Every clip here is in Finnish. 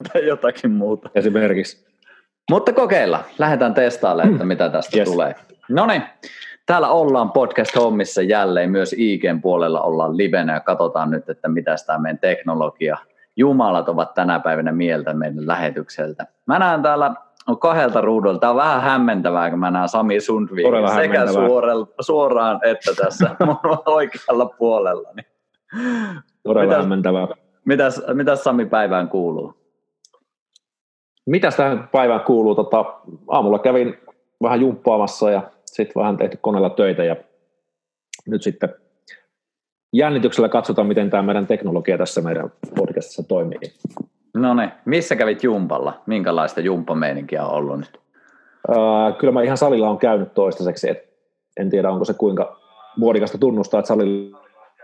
tai jotakin muuta. Esimerkiksi. Mutta kokeillaan. Lähdetään testailemaan, että mitä tästä tulee. Noniin, täällä ollaan podcast-hommissa jälleen. Myös IG:n puolella ollaan livenä ja katsotaan nyt, että mitä tämä meidän teknologia. Jumalat ovat tänä päivänä mieltä meidän lähetykseltä. Mä näen täällä kahdelta ruudulta. Tämä on vähän hämmentävää, kun mä näen Sami Sundvikin sekä suoraan että tässä mun oikealla puolella. Todella hämmentävää. Mitäs Sami päivään kuuluu? Mitäs tähän päivään kuuluu? Aamulla kävin vähän jumppaamassa ja sitten vähän tehty koneella töitä ja nyt sitten jännityksellä katsotaan, miten tämä meidän teknologia tässä meidän podcastissa toimii. No niin, missä kävit jumpalla? Minkälaista jumppameininkiä on ollut nyt? Kyllä mä ihan salilla on käynyt toistaiseksi, en tiedä onko se kuinka muodikasta tunnustaa, että salilla,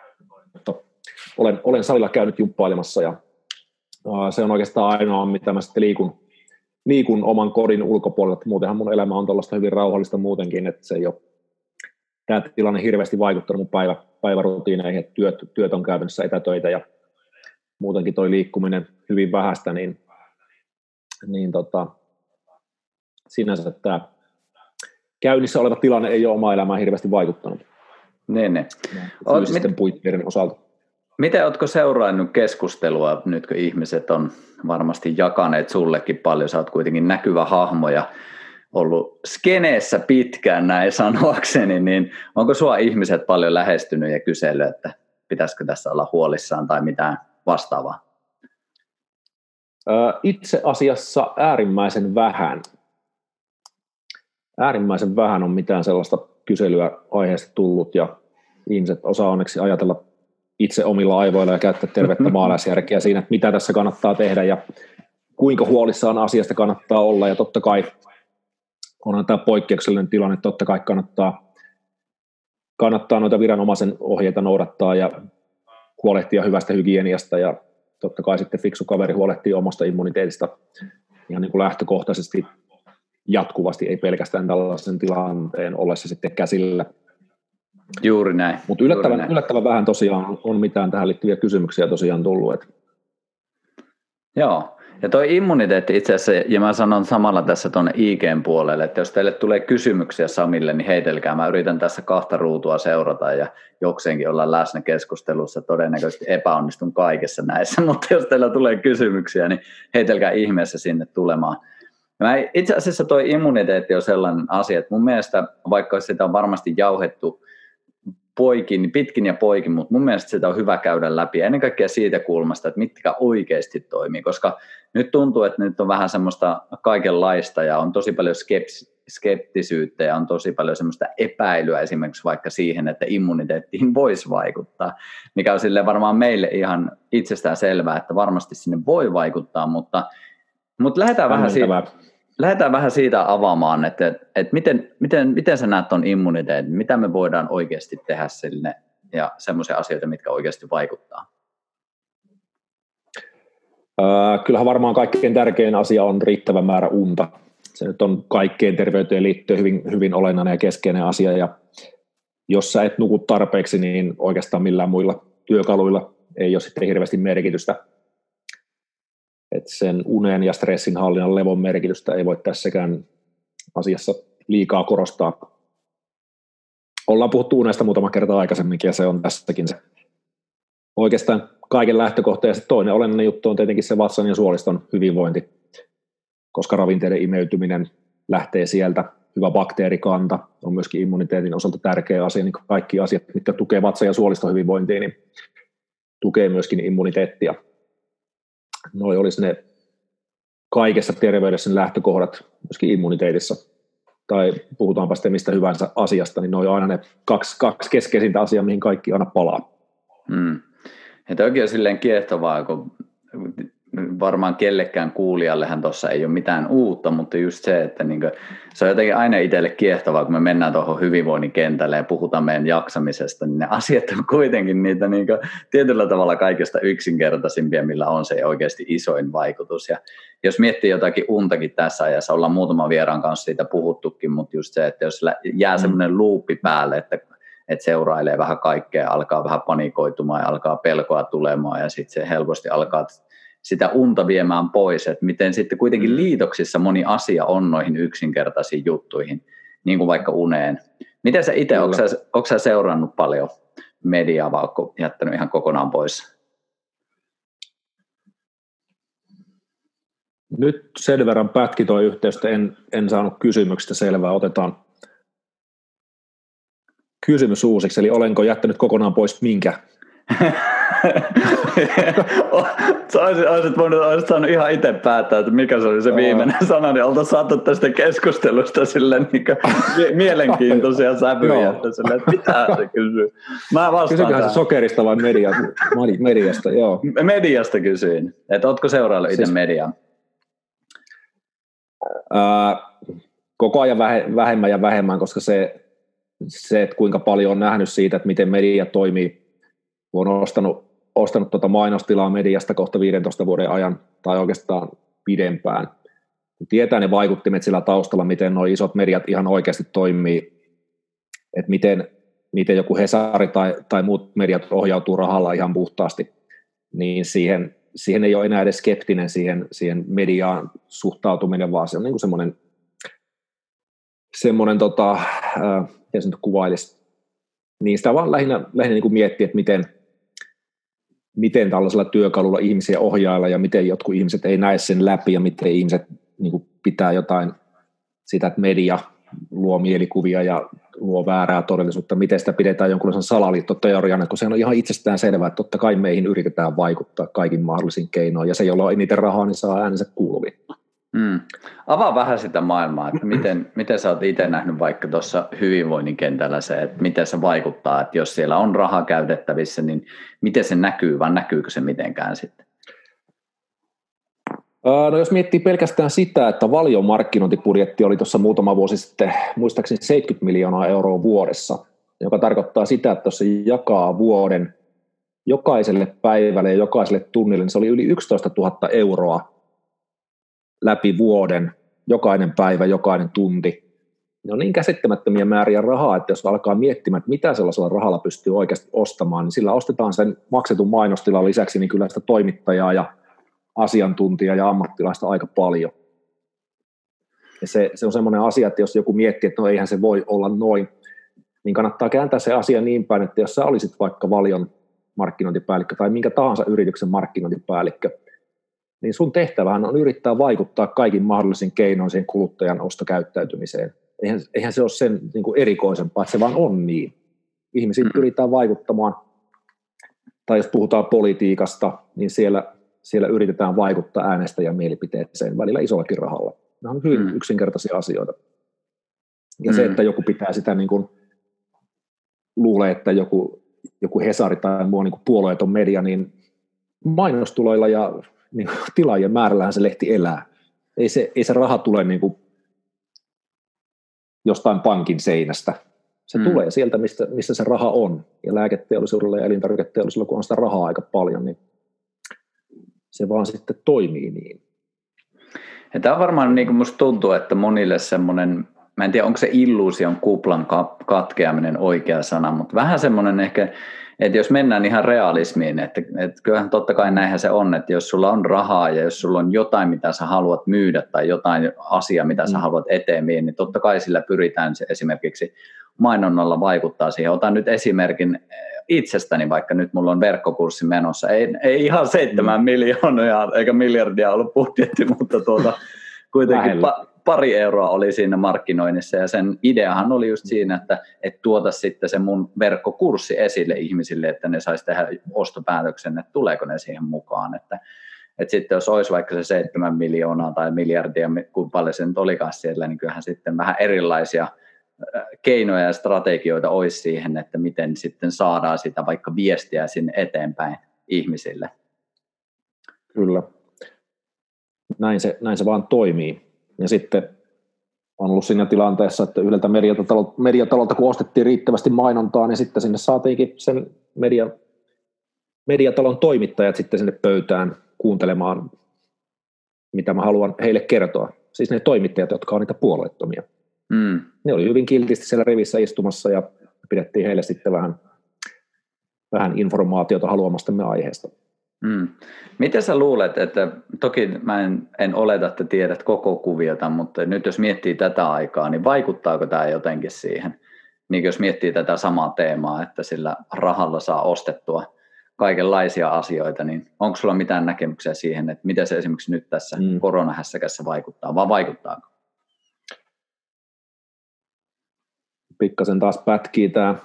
olen salilla käynyt jumppailemassa ja se on oikeastaan ainoa, mitä mä sitten liikun oman kodin ulkopuolella. Muutenhan mun elämä on tällaista hyvin rauhallista muutenkin, että se ei ole tämä tilanne hirveästi vaikuttanut mun päivärutiineihin, että työt on käytännössä etätöitä ja muutenkin toi liikkuminen hyvin vähäistä, niin sinänsä tämä käynnissä oleva tilanne ei ole omaa elämään hirveästi vaikuttanut. Ne. Fyysisten puitteiden osalta. Miten oletko seurannut keskustelua nyt, kun ihmiset on varmasti jakaneet sullekin paljon, sä oot kuitenkin näkyvä hahmo ja ollut skeneessä pitkään näin sanoakseni, niin onko sua ihmiset paljon lähestynyt ja kysellyt, että pitäisikö tässä olla huolissaan tai mitään vastaavaa? Itse asiassa äärimmäisen vähän. Äärimmäisen vähän on mitään sellaista kyselyä aiheesta tullut ja ihmiset osaa onneksi ajatella itse omilla aivoilla ja käyttää tervettä maalaisjärkeä siinä, että mitä tässä kannattaa tehdä ja kuinka huolissaan asiasta kannattaa olla. Ja totta kai onhan tämä poikkeuksellinen tilanne, totta kai kannattaa noita viranomaisen ohjeita noudattaa ja huolehtia hyvästä hygieniasta ja totta kai sitten fiksu kaveri huolehtii omasta immuniteetista ihan niin kuin lähtökohtaisesti jatkuvasti, ei pelkästään tällaisen tilanteen ollessa sitten käsillä. Juuri näin. Mutta yllättävän vähän tosiaan on mitään tähän liittyviä kysymyksiä tosiaan tullut. Joo, ja toi immuniteetti itse asiassa, ja mä sanon samalla tässä tuonne IG:n puolelle, että jos teille tulee kysymyksiä Samille, niin heitelkää. Mä yritän tässä 2 ruutua seurata ja jokseenkin olla läsnä keskustelussa. Todennäköisesti epäonnistun kaikessa näissä, mutta jos teillä tulee kysymyksiä, niin heitelkää ihmeessä sinne tulemaan. Itse asiassa toi immuniteetti on sellainen asia, että mun mielestä, vaikka sitä on varmasti jauhettu pitkin ja poikin, mutta mun mielestä sitä on hyvä käydä läpi ennen kaikkea siitä kulmasta, että mitkä oikeasti toimii, koska nyt tuntuu, että nyt on vähän semmoista kaikenlaista ja on tosi paljon skeptisyyttä ja on tosi paljon semmoista epäilyä esimerkiksi vaikka siihen, että immuniteettiin voisi vaikuttaa, mikä on silleen varmaan meille ihan itsestään selvää, että varmasti sinne voi vaikuttaa, mutta lähdetään vähän siitä avaamaan, että miten sä näet ton immuniteetin, mitä me voidaan oikeasti tehdä sille ja semmoisia asioita, mitkä oikeasti vaikuttaa. Kyllähän varmaan kaikkein tärkein asia on riittävä määrä unta. Se nyt on kaikkeen terveyteen liittyen hyvin, hyvin olennainen ja keskeinen asia ja jos sä et nuku tarpeeksi, niin oikeastaan millään muilla työkaluilla ei ole sitten hirveästi merkitystä. Että sen unen ja stressin hallinnan levon merkitystä ei voi tässäkään asiassa liikaa korostaa. Ollaan puhuttu unesta muutama kerta aikaisemminkin ja se on tässäkin se oikeastaan kaiken lähtökohta. Ja sitten toinen olennainen juttu on tietenkin se vatsan ja suoliston hyvinvointi, koska ravinteiden imeytyminen lähtee sieltä. Hyvä bakteerikanta on myöskin immuniteetin osalta tärkeä asia, niin kaikki asiat, mitkä tukee vatsan ja suoliston hyvinvointia, niin tukee myöskin immuniteettia. Noi olisi ne kaikessa terveydessä lähtökohdat myöskin immuniteetissa. Tai puhutaanpa sitten mistä hyvänsä asiasta, niin noi on aina ne kaksi keskeisintä asiaa, mihin kaikki aina palaa. Ja toki on silleen kiehtovaa, kun varmaan kellekään kuulijallehan tuossa ei ole mitään uutta, mutta just se, että se on jotenkin aina itselle kiehtovaa, kun me mennään tuohon hyvinvoinnin kentälle ja puhutaan meidän jaksamisesta, niin ne asiat on kuitenkin niitä tietyllä tavalla kaikista yksinkertaisimpia, millä on se oikeasti isoin vaikutus. Ja jos miettii jotakin untakin tässä ajassa, ollaan muutaman vieraan kanssa siitä puhuttukin, mutta just se, että jos jää semmoinen luuppi päälle, että seurailee vähän kaikkea, alkaa vähän panikoitumaan ja alkaa pelkoa tulemaan ja sitten se helposti alkaa sitä unta viemään pois, että miten sitten kuitenkin liitoksissa moni asia on noihin yksinkertaisiin juttuihin, niin kuin vaikka uneen. Miten sä itse, onko sä seurannut paljon mediaa, vai onko jättänyt ihan kokonaan pois? Nyt sen verran pätki toi yhteys, että en saanut kysymyksestä selvää. Otetaan kysymys uusiksi, eli olenko jättänyt kokonaan pois minkä? Olisit saanut ihan itse päättää, että mikä se oli se viimeinen sana, niin oltaisiin saatu tästä keskustelusta sille niin mielenkiintoisia sävyjä, että mitä se kysyy. Mä vastaan kysyköhän se sokerista vai mediasta? Joo. Mediasta kysyin, että ootko seuraillut itse mediaa? Koko ajan vähemmän ja vähemmän, koska se, että kuinka paljon on nähnyt siitä, että miten media toimii. Olen ostanut mainostilaa mediasta kohta 15 vuoden ajan, tai oikeastaan pidempään. Tietää ne vaikuttimet sillä taustalla, miten nuo isot mediat ihan oikeasti toimii, että miten joku Hesari tai muut mediat ohjautuu rahalla ihan puhtaasti, niin siihen ei ole enää edes skeptinen siihen mediaan suhtautuminen, vaan se on niin kuin semmoinen miten se nyt kuvailisi, niin sitä vaan lähinnä niin kuin miettiä, että miten tällaisella työkalulla ihmisiä ohjailla ja miten jotkut ihmiset ei näe sen läpi ja miten ihmiset niin kuin pitää jotain sitä, että media luo mielikuvia ja luo väärää todellisuutta, miten sitä pidetään jonkunlaisen salaliittoteoriana, kun se on ihan itsestään selvää, että totta kai meihin yritetään vaikuttaa kaikin mahdollisin keinoin ja se, jolla on eniten rahaa, niin saa äänensä kuuluviin. Avaa vähän sitä maailmaa, että miten sä oot itse nähnyt vaikka tuossa hyvinvoinnin kentällä se, että miten se vaikuttaa, että jos siellä on rahaa käytettävissä, niin miten se näkyy, vai näkyykö se mitenkään sitten? No jos miettii pelkästään sitä, että Valion markkinointibudjetti oli tuossa muutama vuosi sitten, muistaakseni 70 miljoonaa euroa vuodessa, joka tarkoittaa sitä, että jos se jakaa vuoden jokaiselle päivälle ja jokaiselle tunnille, niin se oli yli 11 000 euroa läpi vuoden, jokainen päivä, jokainen tunti. Ne on niin käsittämättömiä määriä rahaa, että jos alkaa miettimään, että mitä sellaisella rahalla pystyy oikeasti ostamaan, niin sillä ostetaan sen maksetun mainostilan lisäksi niin kyllä sitä toimittajaa ja asiantuntijaa ja ammattilaista aika paljon. Ja se on semmoinen asia, että jos joku miettii, että no eihän se voi olla noin, niin kannattaa kääntää se asia niin päin, että jos sä olisit vaikka Valion markkinointipäällikkö tai minkä tahansa yrityksen markkinointipäällikkö, niin sun tehtävähän on yrittää vaikuttaa kaikin mahdollisin keinoin siihen kuluttajan ostokäyttäytymiseen. Eihän se ole sen niin kuin erikoisempaa, että se vaan on niin. Ihmisiin pyritään vaikuttamaan, tai jos puhutaan politiikasta, niin siellä yritetään vaikuttaa äänestäjän mielipiteeseen välillä isollakin rahalla. Nämä on hyvin yksinkertaisia asioita. Ja se, että joku pitää sitä niin kuin, luulee, että joku Hesari tai muu niin kuin puolueeton media, niin mainostuloilla ja niin tilaajien määrällähän se lehti elää. Ei se raha tule niin kuin jostain pankin seinästä. Se tulee sieltä, missä se raha on. Ja lääketeollisuudella ja elintarviketeollisuudella, kun on sitä rahaa aika paljon, niin se vaan sitten toimii niin. Ja tämä on varmaan, niin kuin musta tuntuu, että monille semmoinen, mä en tiedä, onko se illuusion kuplan katkeaminen oikea sana, mutta vähän semmoinen ehkä, että jos mennään ihan realismiin, että kyllähän totta kai näinhän se on, että jos sulla on rahaa ja jos sulla on jotain, mitä sä haluat myydä tai jotain asiaa, mitä sä haluat eteen viedä, niin totta kai sillä pyritään esimerkiksi mainonnalla vaikuttaa siihen. Otan nyt esimerkin itsestäni, vaikka nyt mulla on verkkokurssi menossa. Ei ihan 7 miljoonaa eikä miljardia ollut budjetti, mutta kuitenkin pari euroa oli siinä markkinoinnissa ja sen ideahan oli just siinä, että tuota sitten se mun verkkokurssi esille ihmisille, että ne saisi tehdä ostopäätöksen, että tuleeko ne siihen mukaan. Että sitten jos olisi vaikka se 7 miljoonaa tai miljardia, kuin paljon se nyt olikaan siellä, niin kyllähän sitten vähän erilaisia keinoja ja strategioita olisi siihen, että miten sitten saadaan sitä vaikka viestiä sinne eteenpäin ihmisille. Kyllä. Näin se vaan toimii. Ja sitten on ollut siinä tilanteessa, että yhdeltä mediatalolta kun ostettiin riittävästi mainontaa, niin sitten sinne saatiinkin sen mediatalon toimittajat sitten sinne pöytään kuuntelemaan, mitä mä haluan heille kertoa. Siis ne toimittajat, jotka on niitä puolueettomia. Ne oli hyvin kiltisti siellä rivissä istumassa ja pidettiin heille sitten vähän informaatiota haluamastamme aiheesta. Miten sä luulet, että toki mä en oleta, että tiedät koko kuviota, mutta nyt jos miettii tätä aikaa, niin vaikuttaako tämä jotenkin siihen? Niin jos miettii tätä samaa teemaa, että sillä rahalla saa ostettua kaikenlaisia asioita, niin onko sulla mitään näkemyksiä siihen, että miten se esimerkiksi nyt tässä koronahässäkässä vaikuttaa, vai vaikuttaako? Pikkasen taas pätkii tämä.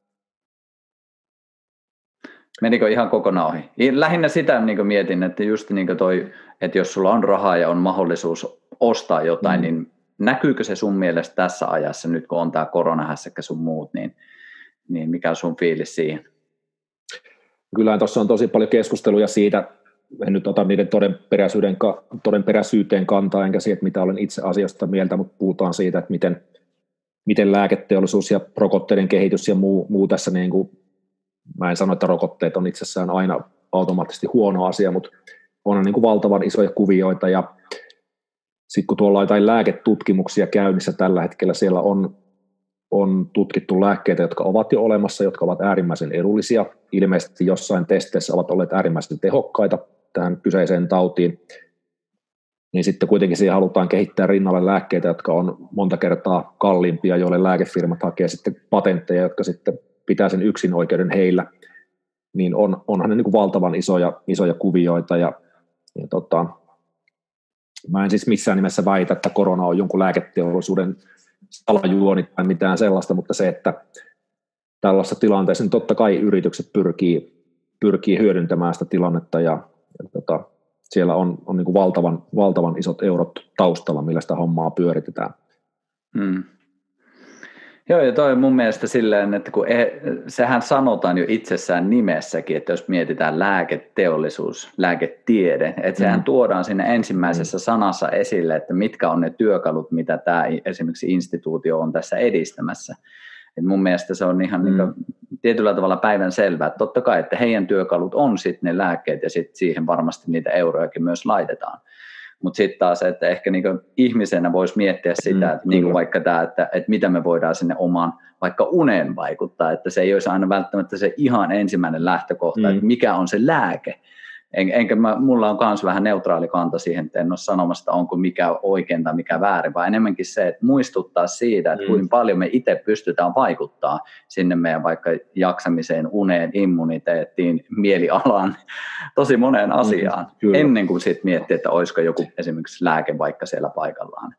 Menikö ihan kokonaan ohi? Lähinnä sitä niin mietin, että just niin että jos sulla on rahaa ja on mahdollisuus ostaa jotain, niin näkyykö se sun mielestä tässä ajassa, nyt kun on tämä koronahässäkkä sun muut, niin mikä on sun fiilis siihen? Kyllähän tuossa on tosi paljon keskusteluja siitä, en nyt ota niiden todenperäisyyteen kantaa, enkä siitä, mitä olen itse asiasta mieltä, mutta puhutaan siitä, että miten lääketeollisuus ja rokotteiden kehitys ja muu tässä, niin kuin, mä en sano, että rokotteet on itsessään aina automaattisesti huono asia, mutta on niin kuin valtavan isoja kuvioita, ja sitten kun tuolla on jotain lääketutkimuksia käynnissä tällä hetkellä, siellä on tutkittu lääkkeitä, jotka ovat jo olemassa, jotka ovat äärimmäisen edullisia, ilmeisesti jossain testeissä ovat olleet äärimmäisen tehokkaita tähän kyseiseen tautiin, niin sitten kuitenkin siihen halutaan kehittää rinnalle lääkkeitä, jotka on monta kertaa kalliimpia, joille lääkefirmat hakee sitten patentteja, jotka sitten pitää sen yksinoikeuden heillä, niin onhan ne niin kuin valtavan isoja kuvioita, ja mä en siis missään nimessä väitä, että korona on jonkun lääketeollisuuden salajuoni tai mitään sellaista, mutta se, että tällaisessa tilanteessa niin totta kai yritykset pyrkii hyödyntämään sitä tilannetta, ja siellä on niin kuin valtavan isot eurot taustalla, millä sitä hommaa pyöritetään. Joo, ja toi on mun mielestä silleen, että kun sehän sanotaan jo itsessään nimessäkin, että jos mietitään lääketeollisuus, lääketiede, että sehän tuodaan sinne ensimmäisessä sanassa esille, että mitkä on ne työkalut, mitä tämä esimerkiksi instituutio on tässä edistämässä. Et mun mielestä se on ihan niin kuin tietyllä tavalla päivän selvää, että totta kai, että heidän työkalut on sitten ne lääkkeet, ja sitten siihen varmasti niitä eurojakin myös laitetaan. Mutta sitten taas, että ehkä niinku ihmisenä voisi miettiä sitä, että niinku vaikka tämä, että mitä me voidaan sinne omaan vaikka uneen vaikuttaa, että se ei olisi aina välttämättä se ihan ensimmäinen lähtökohta, että mikä on se lääke. Mulla on myös vähän neutraali kanta siihen, että en ole sanomassa, onko mikä oikein tai mikä väärin, vaan enemmänkin se, että muistuttaa siitä, että kuinka paljon me itse pystytään vaikuttaa sinne meidän vaikka jaksamiseen, uneen, immuniteettiin, mielialaan, tosi moneen asiaan, ennen kuin sitten miettii, että olisiko joku esimerkiksi lääke vaikka siellä paikallaan.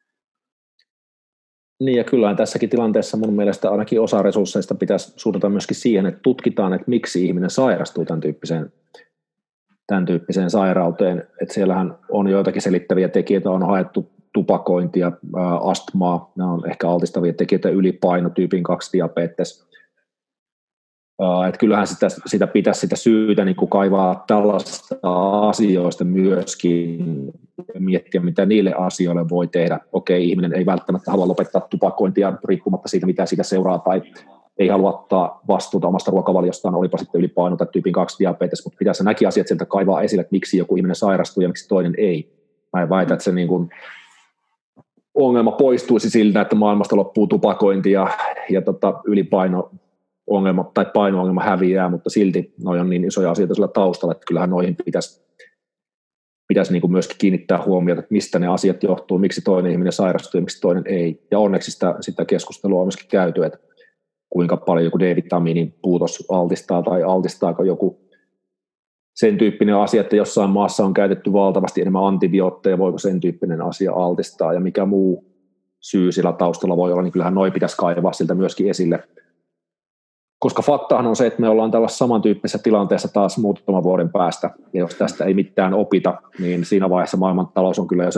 Niin, ja kyllähän tässäkin tilanteessa mun mielestä ainakin osa resursseista pitäisi suunnata myöskin siihen, että tutkitaan, että miksi ihminen sairastuu tämän tyyppiseen sairauteen, että siellähän on joitakin selittäviä tekijöitä, on haettu tupakointia, astmaa, nämä on ehkä altistavia tekijöitä, ylipaino, tyypin 2 diabetes. Että kyllähän sitä pitäisi sitä syytä niin kuin kaivaa tällaista asioista myöskin ja miettiä, mitä niille asioille voi tehdä. Okei, ihminen ei välttämättä halua lopettaa tupakointia riippumatta siitä, mitä siitä seuraa, tai ei halua ottaa vastuuta omasta ruokavaliostaan, olipa sitten ylipaino tai tyypin 2 diabetes, mutta pitäisi näkin asiat sieltä kaivaa esille, että miksi joku ihminen sairastuu ja miksi toinen ei. Mä en väitä, että se niin kuin ongelma poistuisi siltä, että maailmasta loppuu tupakointi ja ylipaino-ongelma tai paino-ongelma häviää, mutta silti noi on niin isoja asioita sillä taustalla, että kyllähän noihin pitäisi niin kuin myöskin kiinnittää huomiota, että mistä ne asiat johtuu, miksi toinen ihminen sairastuu ja miksi toinen ei. Ja onneksi sitä keskustelua on myöskin käyty, että kuinka paljon joku D-vitamiinin puutos altistaa tai altistaako joku sen tyyppinen asia, että jossain maassa on käytetty valtavasti enemmän antibiootteja, voiko sen tyyppinen asia altistaa ja mikä muu syy sillä taustalla voi olla, niin kyllähän noi pitäisi kaivaa siltä myöskin esille. Koska faktahan on se, että me ollaan tällaisessa samantyyppisessä tilanteessa taas muutaman vuoden päästä, ja jos tästä ei mitään opita, niin siinä vaiheessa maailman talous on kyllä jo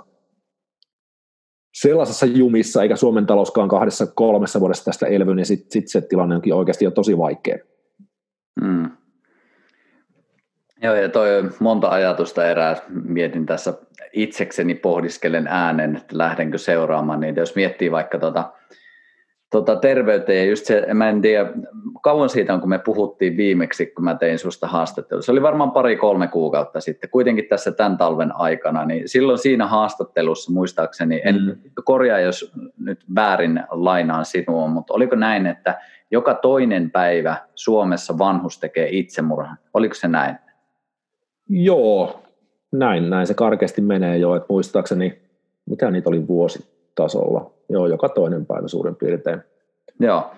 sellaisessa jumissa, eikä Suomen talouskaan 2-3 vuodessa tästä elvy, niin sitten se tilanne onkin oikeasti jo tosi vaikea. Joo, ja toi monta ajatusta erää mietin tässä itsekseni, pohdiskelen äänen, että lähdenkö seuraamaan niitä. Jos miettii vaikka terveyttä ja just se, mä en tiedä, kauan siitä on, kun me puhuttiin viimeksi, kun mä tein susta haastattelua. Se oli varmaan 2-3 kuukautta sitten, kuitenkin tässä tämän talven aikana, niin silloin siinä haastattelussa muistaakseni, en korjaa, jos nyt väärin lainaan sinua, mutta oliko näin, että joka toinen päivä Suomessa vanhus tekee itsemurhan? Oliko se näin? Joo, näin se karkeasti menee jo, että muistaakseni, mitä niitä oli vuositasolla, joo, joka toinen päivä suurin piirtein. Joo,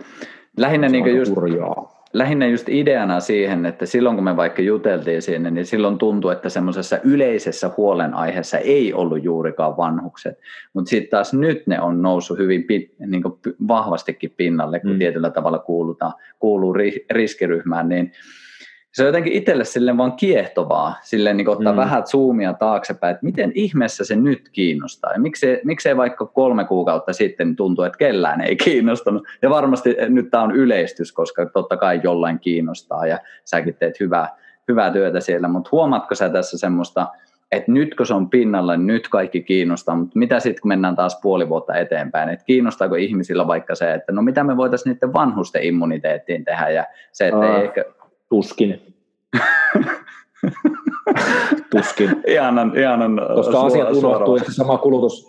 lähinnä just ideana siihen, että silloin kun me vaikka juteltiin siinä, niin silloin tuntui, että semmoisessa yleisessä huolenaiheessa ei ollut juurikaan vanhukset, mutta sitten taas nyt ne on noussut hyvin niin kuin vahvastikin pinnalle, kun tietyllä tavalla kuuluu riskiryhmään, niin se on jotenkin itselle silleen vaan kiehtovaa, silleen niin ottaa vähän zoomia taaksepäin, että miten ihmeessä se nyt kiinnostaa. Ja miksei vaikka 3 kuukautta sitten tuntuu, että kellään ei kiinnostanut. Ja varmasti nyt tämä on yleistys, koska totta kai jollain kiinnostaa ja säkin teet hyvää työtä siellä. Mutta huomaatko sä tässä semmoista, että nyt kun se on pinnalla, niin nyt kaikki kiinnostaa, mutta mitä sitten kun mennään taas puoli vuotta eteenpäin, että kiinnostaako ihmisillä vaikka se, että no mitä me voitaisiin niiden vanhusten immuniteettiin tehdä ja se, että ei ehkä... Tuskin. Ihanan koska asiat unohtuu ja sama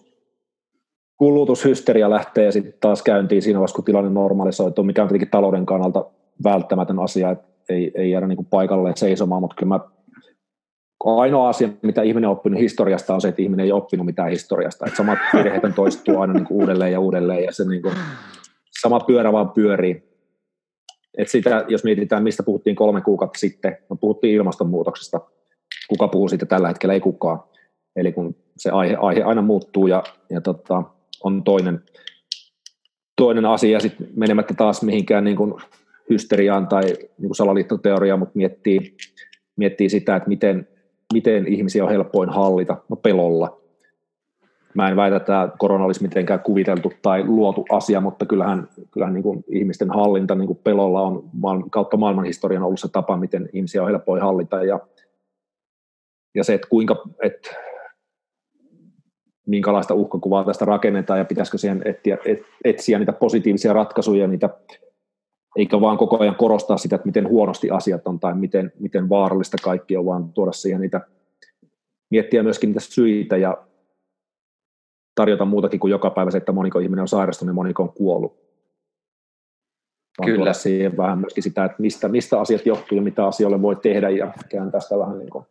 kulutushysteria lähtee ja sitten taas käyntiin siinä vaiheessa, kun tilanne normalisoituu, mikä on tietenkin talouden kannalta välttämätön asia, että ei jäädä niin paikalleen seisomaan, mutta kyllä ainoa asia, mitä ihminen on oppinut historiasta, on se, että ihminen ei oppinut mitään historiasta. Että samat virheet toistuu aina niin uudelleen ja uudelleen ja se niin sama pyörä vaan pyörii. Että sitä, jos mietitään, mistä puhuttiin 3 kuukautta sitten, no puhuttiin ilmastonmuutoksesta. Kuka puhuu siitä tällä hetkellä? Ei kukaan. Eli kun se aihe aina muuttuu ja on toinen asia, sitten menemättä taas mihinkään niin kuin hysteriaan tai niin kuin salaliittoteoriaan, mutta miettii sitä, että miten ihmisiä on helpoin hallita. No pelolla. Mä en väitä, että tämä korona olisi mitenkään kuviteltu tai luotu asia, mutta kyllähän niin kuin ihmisten hallinta niin kuin pelolla on kautta maailmanhistorian ollut se tapa, miten ihmisiä on helpoin hallita. Ja se, että minkälaista uhkakuvaa tästä rakennetaan ja pitäisikö siihen etsiä niitä positiivisia ratkaisuja, eikä vaan koko ajan korostaa sitä, että miten huonosti asiat on tai miten vaarallista kaikki on, vaan tuoda siihen miettiä myöskin niitä syitä ja tarjota muutakin kuin joka päivä se, että moniko ihminen on sairastunut ja moniko on kuollut. Vaan kyllä. Tuoda siihen vähän myöskin sitä, että mistä asiat johtuu ja mitä asioille voi tehdä ja kääntää sitä vähän niin kuin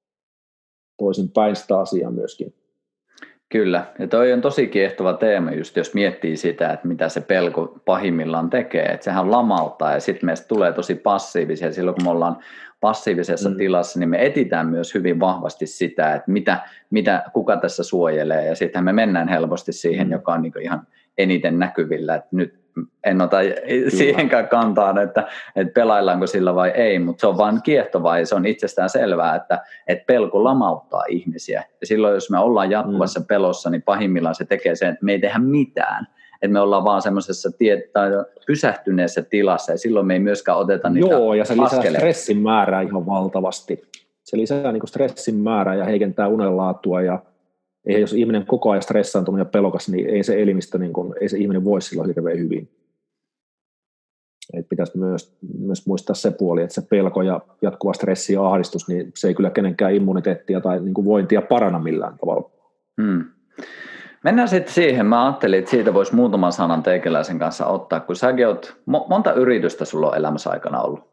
toisin päin sitä asiaa myöskin. Kyllä, ja toi on tosi kiehtova teema just, jos miettii sitä, että mitä se pelko pahimmillaan tekee, että sehän lamauttaa ja sitten meistä tulee tosi passiivisia. Silloin kun me ollaan passiivisessa tilassa, niin me etsitään myös hyvin vahvasti sitä, että kuka tässä suojelee ja sittenhän me mennään helposti siihen, joka on niin kuin ihan eniten näkyvillä, että nyt en ota siihenkään kantaa, että pelaillaanko sillä vai ei, mutta se on vaan kiehtovaa ja se on itsestään selvää, että pelko lamauttaa ihmisiä. Ja silloin, jos me ollaan jatkuvassa pelossa, niin pahimmillaan se tekee sen, että me ei tehdä mitään. Että me ollaan vaan semmoisessa pysähtyneessä tilassa ja silloin me ei myöskään oteta niitä Joo, ja se lisää stressin määrää ihan valtavasti. Se lisää niin kuin stressin määrää ja heikentää unenlaatua ja jos ihminen koko ajan stressaantunut ja pelokas, niin ei se elimistö, niin kuin, ei se ihminen voi silloin hirveän hyvin. Et pitäisi myös muistaa se puoli, että se pelko ja jatkuva stressi ja ahdistus, niin se ei kyllä kenenkään immuniteettia tai niin kuin vointia paranna millään tavalla. Mennään sitten siihen. Mä ajattelin, että siitä voisi muutaman sanan teikäläisen kanssa ottaa, kun säkin oot, monta yritystä sulla on elämässä aikana ollut?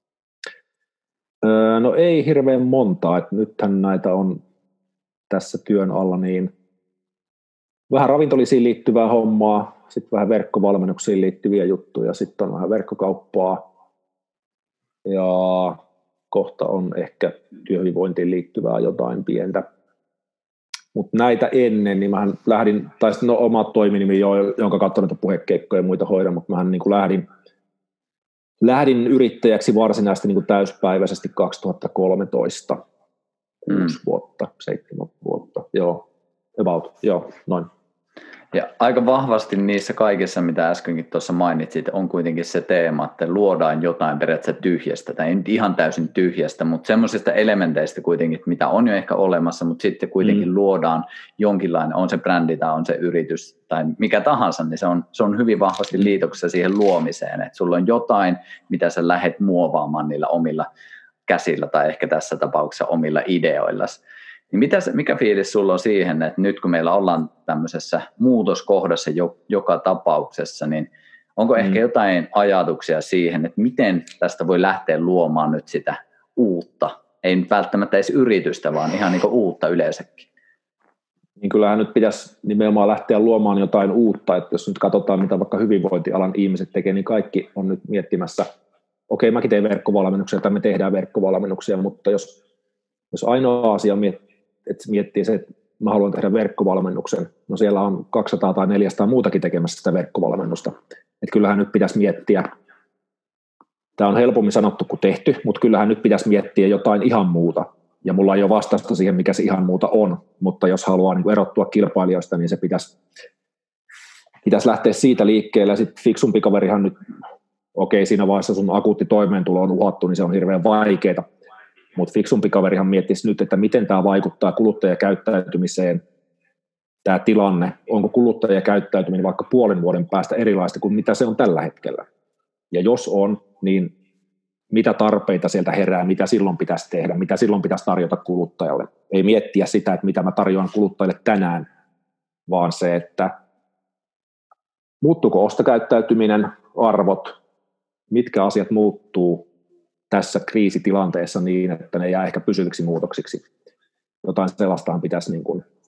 No ei hirveän montaa, että nythän näitä on tässä työn alla niin vähän ravintolisiin liittyvää hommaa, sitten vähän verkkovalmennuksiin liittyviä juttuja, sitten on vähän verkkokauppaa ja kohta on ehkä työhyvinvointiin liittyvää jotain pientä. Mutta näitä ennen, niin mähän lähdin, tai sitten oma toiminimi, jonka kautta näitä puhekeikkoja ja muita hoidan, mutta mähän niin kuin lähdin yrittäjäksi varsinaisesti niin kuin täyspäiväisesti 2013. 6 vuotta, 7 vuotta, noin. Ja aika vahvasti niissä kaikissa, mitä äskenkin tuossa mainitsit, on kuitenkin se teema, että luodaan jotain periaatteessa tyhjästä, tai ei nyt ihan täysin tyhjästä, mutta semmoisista elementeistä kuitenkin, mitä on jo ehkä olemassa, mutta sitten kuitenkin luodaan jonkinlainen, on se brändi tai on se yritys tai mikä tahansa, niin se on hyvin vahvasti liitoksessa siihen luomiseen, että sulla on jotain, mitä sä lähdet muovaamaan niillä omilla käsillä tai ehkä tässä tapauksessa omilla ideoilla. Niin mikä fiilis sulla on siihen, että nyt kun meillä ollaan tämmöisessä muutoskohdassa joka tapauksessa, niin onko ehkä jotain ajatuksia siihen, että miten tästä voi lähteä luomaan nyt sitä uutta ei nyt välttämättä edes yritystä, vaan ihan niin kuin uutta yleensäkin. Niin kyllähän nyt pitäisi nimenomaan lähteä luomaan jotain uutta, että jos nyt katsotaan, mitä vaikka hyvinvointialan ihmiset tekee, niin kaikki on nyt miettimässä, okei, mäkin teen verkkovalmennuksia, tai me tehdään verkkovalmennuksia, mutta jos ainoa asia että miettii se, että mä haluan tehdä verkkovalmennuksen, no siellä on 200 tai 400 muutakin tekemässä sitä verkkovalmennusta, että kyllähän nyt pitäisi miettiä, tämä on helpommin sanottu kuin tehty, mutta kyllähän nyt pitäisi miettiä jotain ihan muuta, ja mulla ei ole vastausta siihen, mikä se ihan muuta on, mutta jos haluaa niin kuin erottua kilpailijoista, niin se pitäisi lähteä siitä liikkeelle, ja sitten fiksumpi kaverihan nyt, okei, siinä vaiheessa sun akuutti toimeentulo on uhattu, niin se on hirveän vaikeaa, mutta fiksumpi kaverihan miettisi nyt, että miten tämä vaikuttaa kuluttajakäyttäytymiseen, tämä tilanne, onko kuluttajakäyttäytyminen vaikka puolen vuoden päästä erilaista kuin mitä se on tällä hetkellä. Ja jos on, niin mitä tarpeita sieltä herää, mitä silloin pitäisi tehdä, mitä silloin pitäisi tarjota kuluttajalle. Ei miettiä sitä, että mitä mä tarjoan kuluttajille tänään, vaan se, että muuttuuko ostokäyttäytyminen, arvot, mitkä asiat muuttuu tässä kriisitilanteessa niin, että ne jää ehkä pysyviksi muutoksiksi. Jotain sellaistaan pitäisi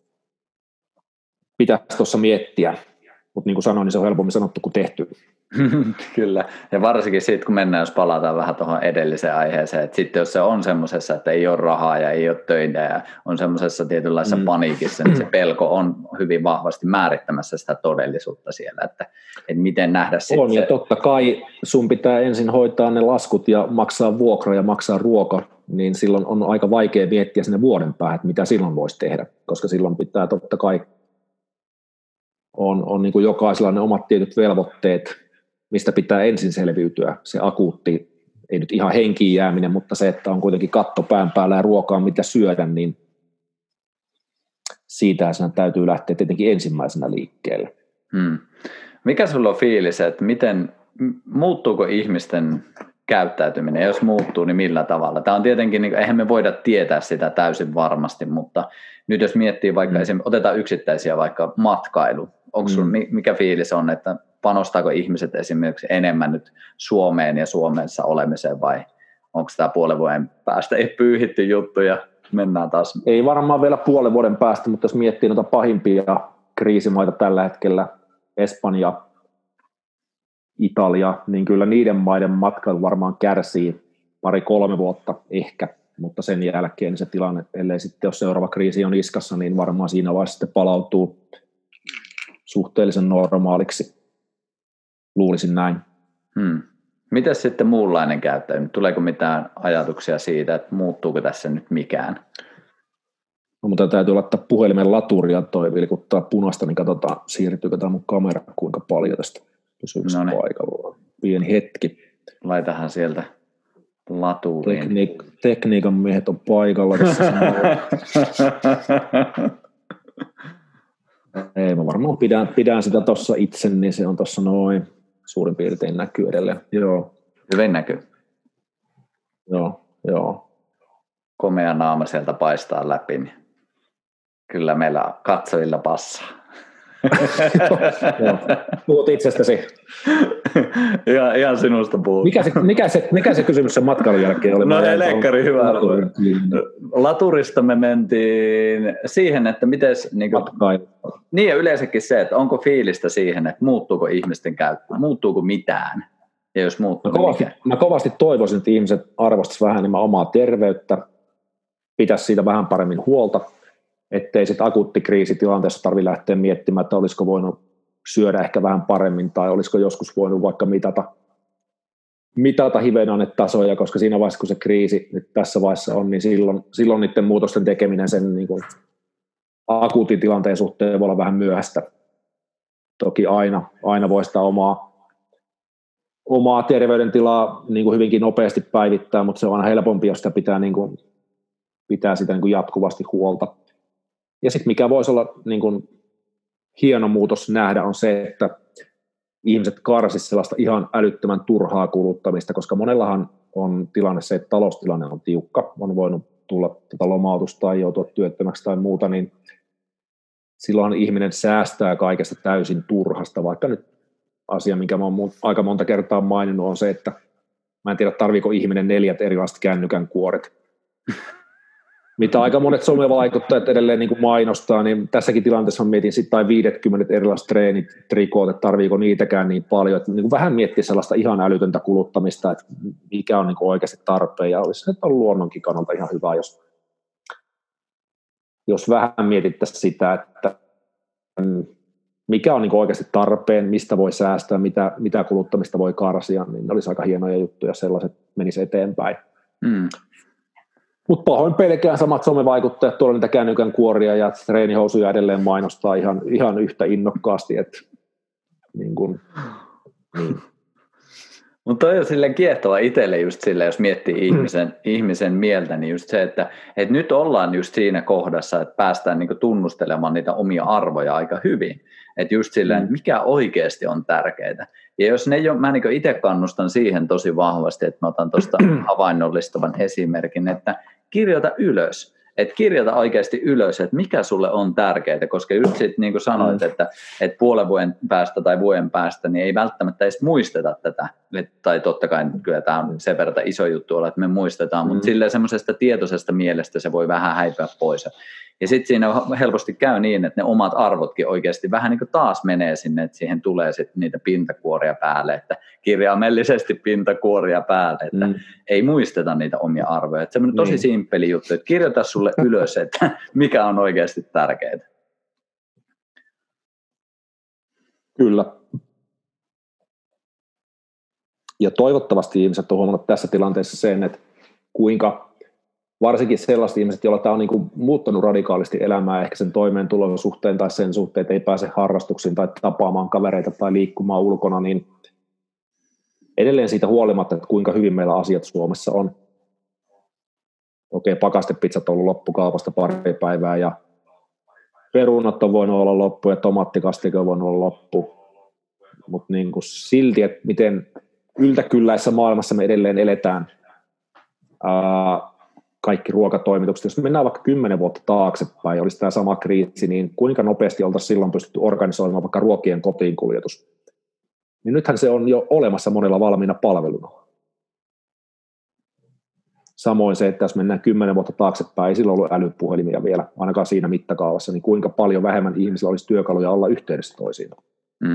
tuossa miettiä, mutta niin kuin sanoin, niin se on helpommin sanottu kuin tehty. Kyllä, ja varsinkin sitten, kun mennään, jos palataan vähän tuohon edelliseen aiheeseen, että sitten jos se on semmoisessa, että ei ole rahaa ja ei ole töitä ja on semmoisessa tietynlaisessa paniikissa, niin se pelko on hyvin vahvasti määrittämässä sitä todellisuutta siellä, että miten nähdä sitten on, ja totta kai sun pitää ensin hoitaa ne laskut ja maksaa vuokra ja maksaa ruoka, niin silloin on aika vaikea miettiä sinne vuoden päähän, että mitä silloin voisi tehdä, koska silloin pitää totta kai on niin kuin jokaisella ne omat tietyt velvoitteet, mistä pitää ensin selviytyä, se akuutti, ei nyt ihan henkiin jääminen, mutta se, että on kuitenkin katto pään päällä ja ruokaa, mitä syödä, niin siitä sen täytyy lähteä tietenkin ensimmäisenä liikkeelle. Mikä sulla on fiilis, että muuttuuko ihmisten käyttäytyminen, ja jos muuttuu, niin millä tavalla? Tämä on tietenkin, eihän me voida tietää sitä täysin varmasti, mutta nyt jos miettii vaikka otetaan yksittäisiä vaikka matkailu, onko sulla, mikä fiilis on, että panostaako ihmiset esimerkiksi enemmän nyt Suomeen ja Suomessa olemiseen vai onko tämä puolen vuoden päästä ei pyyhitty juttu ja mennään taas? Ei varmaan vielä puolen vuoden päästä, mutta jos miettii noita pahimpia kriisimaita tällä hetkellä, Espanja, Italia, niin kyllä niiden maiden matkailu varmaan kärsii 2-3 vuotta ehkä, mutta sen jälkeen se tilanne, ellei sitten jos seuraava kriisi on iskassa, niin varmaan siinä vaiheessa sitten palautuu suhteellisen normaaliksi. Luulisin näin. Mitäs sitten muunlainen käyttäytyminen? Tuleeko mitään ajatuksia siitä, että muuttuuko tässä nyt mikään? No, mutta täytyy laittaa puhelimen laturia, toi vilkuttaa punaista, niin katsotaan, siirtyykö tämä mun kamera kuinka paljon tästä. Pysyykö se paikalla? Pieni hetki. Laitahan sieltä laturiin. Tekniikan miehet on paikalla tässä. Ei, mä varmaan pidän sitä tuossa itse, niin se on tuossa noin suurin piirtein näkyy edelleen. Joo. Hyvin näkyy. Joo. Komea naama sieltä paistaa läpi, niin kyllä meillä katsojilla passaa. Joo. Puhut itsestäsi. Ihan sinusta puhut. Mikä se kysymys sen matkailun jälkeen oli? No leikkari, hyvä. Laturista me mentiin siihen, että miten niin ja yleensäkin se, että onko fiilistä siihen, että muuttuuko ihmisten käyttö, muuttuuko mitään ja jos muuttuu, mä kovasti toivoisin, että ihmiset arvostaisivat vähän enemmän omaa terveyttä, pitäisi siitä vähän paremmin huolta, ettei sitten akuuttikriisitilanteessa tarvitse lähteä miettimään, että olisiko voinut syödä ehkä vähän paremmin tai olisiko joskus voinut vaikka mitata hivenainetasoja, koska siinä vaiheessa, kun se kriisi nyt tässä vaiheessa on, niin silloin niiden muutosten tekeminen sen niin kuin akuutin tilanteen suhteen voi olla vähän myöhäistä. Toki aina voi sitä omaa terveydentilaa niin kuin hyvinkin nopeasti päivittää, mutta se on aina helpompi, jos sitä pitää sitä niin kuin jatkuvasti huolta. Ja sitten mikä voisi olla niin kuin hieno muutos nähdä on se, että ihmiset karsisivat sellaista ihan älyttömän turhaa kuluttamista, koska monellahan on tilanne se, että taloustilanne on tiukka, on voinut tulla lomautusta tai joutua työttömäksi tai muuta, niin silloin ihminen säästää kaikesta täysin turhasta, vaikka nyt asia, minkä mä oon aika monta kertaa maininnut, on se, että mä en tiedä, tarviiko ihminen 4 erilaiset kännykän kuoret. mitä aika monet somevaikuttajat edelleen niin kuin mainostaa, niin tässäkin tilanteessa mietin sitten tai 50 erilaiset treenitrikoot, että tarviiko niitäkään niin paljon, että niin kuin vähän miettiä sellaista ihan älytöntä kuluttamista, että mikä on niin kuin oikeasti tarpeen, ja olisi se on luonnonkin kannalta ihan hyvä, jos vähän mietittäisiin sitä, että mikä on niin kuin oikeasti tarpeen, mistä voi säästää, mitä kuluttamista voi karsia, niin ne olisi aika hienoja juttuja, sellaiset menisi eteenpäin. Mutta pahoin pelkään samat somevaikuttajat, tuolla niitä kännykän kuoria ja treenihousuja edelleen mainostaa ihan yhtä innokkaasti. Niin. Mutta toi on silleen kiehtova itselle just silleen, jos miettii ihmisen mieltä, niin just se, että nyt ollaan just siinä kohdassa, että päästään niinku tunnustelemaan niitä omia arvoja aika hyvin. Että just silleen, mikä oikeasti on tärkeää. Ja jos ne ei ole, mä niinku itse kannustan siihen tosi vahvasti, että mä otan tuosta havainnollistavan esimerkin, että kirjoita ylös. Että kirjoita oikeasti ylös, että mikä sulle on tärkeää, koska just sitten niin kuin sanoit, että puolen vuoden päästä tai vuoden päästä, niin ei välttämättä edes muisteta tätä. Tai totta kai kyllä tämä on sen verran iso juttu olla, että me muistetaan, mutta silleen semmoisesta tietoisesta mielestä se voi vähän häipyä pois. Ja sitten siinä helposti käy niin, että ne omat arvotkin oikeasti vähän niin kuin taas menee sinne, että siihen tulee sitten niitä pintakuoria päälle, että kirjaimellisesti pintakuoria päälle, että ei muisteta niitä omia arvoja. Että semmoinen tosi simppeli juttu, että kirjoita sulle ylös, että mikä on oikeasti tärkeää. Kyllä. Ja toivottavasti ihmiset on huomannut tässä tilanteessa sen, että kuinka varsinkin sellaiset ihmiset, joilla tämä on niin kuin muuttanut radikaalisti elämää, ehkä sen toimeentulon suhteen tai sen suhteen, että ei pääse harrastuksiin tai tapaamaan kavereita tai liikkumaan ulkona, niin edelleen siitä huolimatta, että kuinka hyvin meillä asiat Suomessa on. Okei, pakastepizzat on ollut loppukaupasta pari päivää ja perunat on voinut olla loppu ja tomaattikastike on voinut olla loppu, mutta niin kuin silti, että miten yltäkylläisessä maailmassa me edelleen eletään kaikki ruokatoimitukset. Jos mennään vaikka 10 vuotta taaksepäin, olisi tämä sama kriisi, niin kuinka nopeasti oltaisiin silloin pystytty organisoimaan vaikka ruokien kotiinkuljetus? Niin nythän se on jo olemassa monella valmiina palveluna. Samoin se, että jos mennään 10 vuotta taaksepäin, ei silloin ollut älypuhelimia vielä, ainakaan siinä mittakaavassa, niin kuinka paljon vähemmän ihmisillä olisi työkaluja olla yhteydessä toisiinsa.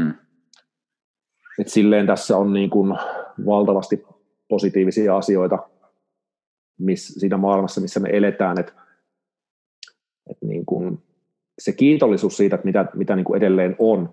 Et silleen tässä on niin kuin valtavasti positiivisia asioita siinä maailmassa, missä me eletään, että niin kuin se kiitollisuus siitä, että mitä niin kuin edelleen on,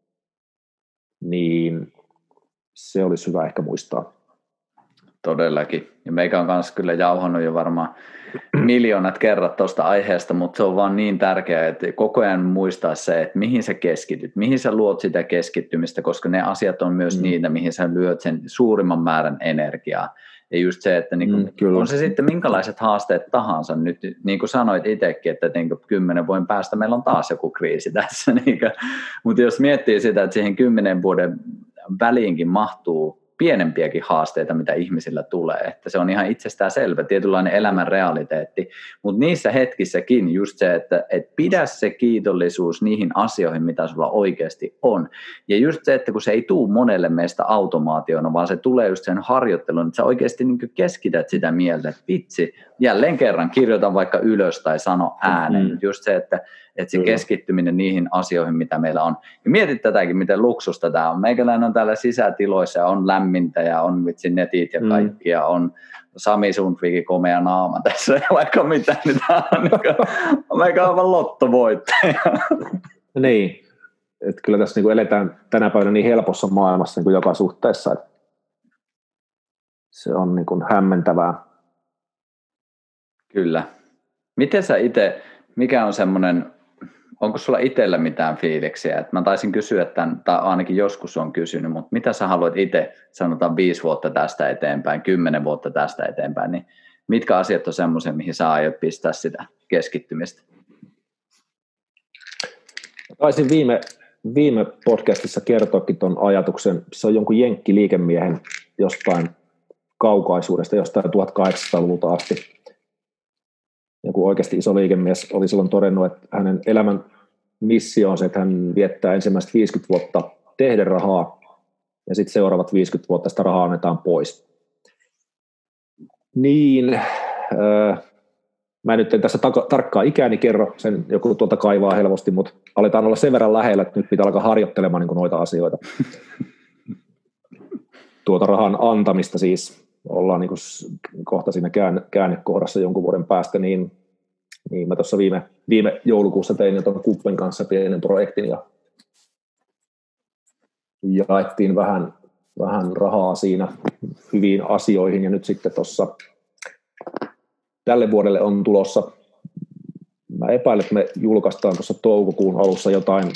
niin se olisi hyvä ehkä muistaa. Todellakin. Ja meikä on kanssa kyllä jauhannut jo varmaan miljoonat kerrat tuosta aiheesta, mutta se on vaan niin tärkeää, että koko ajan muistaa se, että mihin sä keskityt, mihin sä luot sitä keskittymistä, koska ne asiat on myös niitä, mihin sä lyöt sen suurimman määrän energiaa. Ja just se, että on se sitten minkälaiset haasteet tahansa, nyt niin kuin sanoit itsekin, että 10 vuoden päästä meillä on taas joku kriisi tässä, mutta jos miettii sitä, että siihen 10 vuoden väliinkin mahtuu pienempiäkin haasteita, mitä ihmisillä tulee, että se on ihan itsestään selvä, tietynlainen elämän realiteetti, mutta niissä hetkissäkin just se, että pidä se kiitollisuus niihin asioihin, mitä sulla oikeasti on, ja just se, että kun se ei tule monelle meistä automaationa, vaan se tulee just sen harjoittelun, että sä oikeasti niin keskität sitä mieltä, että vitsi, jälleen kerran kirjoitan vaikka ylös tai sano äänen, just se, että se keskittyminen niihin asioihin, mitä meillä on. Ja mietit tätäkin, miten luksusta tämä on. Meikäläinen on täällä sisätiloissa ja on lämmintä ja on vitsi netit ja kaikki ja on Sami Sundvikin komea naama tässä ja vaikka mitä, niin tämä on meikä aivan lottovoittaja. Niin, että kyllä tässä niin kuin eletään tänä päivänä niin helpossa maailmassa niin kuin joka suhteessa, että se on niin kuin hämmentävää. Kyllä. Miten sä itse, mikä on semmoinen, onko sulla itsellä mitään fiiliksiä? Että mä taisin kysyä tämän, tai ainakin joskus on kysynyt, mutta mitä sä haluat itse, sanotaan 5 vuotta tästä eteenpäin, 10 vuotta tästä eteenpäin, niin mitkä asiat on semmoisia, mihin sä aiot pistää sitä keskittymistä? Taisin viime podcastissa kertoakin tuon ajatuksen, se on jonkun jenkkiliikemiehen jostain kaukaisuudesta, jostain 1800-luvulta asti. Joku oikeasti iso liikemies oli silloin todennut, että hänen elämän missio on se, että hän viettää ensimmäiset 50 vuotta tehdä rahaa ja sitten seuraavat 50 vuotta sitä rahaa annetaan pois. Niin, mä en nyt tässä tarkkaa ikääni kerro, sen joku tuolta kaivaa helposti, mutta aletaan olla sen verran lähellä, että nyt pitää alkaa harjoittelemaan niin kuin noita asioita. Tuota rahan antamista siis ollaan niin kuin kohta siinä käännekohdassa jonkun vuoden päästä, niin mä tuossa viime joulukuussa tein jo tuon Kuppen kanssa pienen projektin ja jaettiin vähän rahaa siinä hyviin asioihin ja nyt sitten tuossa tälle vuodelle on tulossa, mä epäilen, että me julkaistaan tuossa toukokuun alussa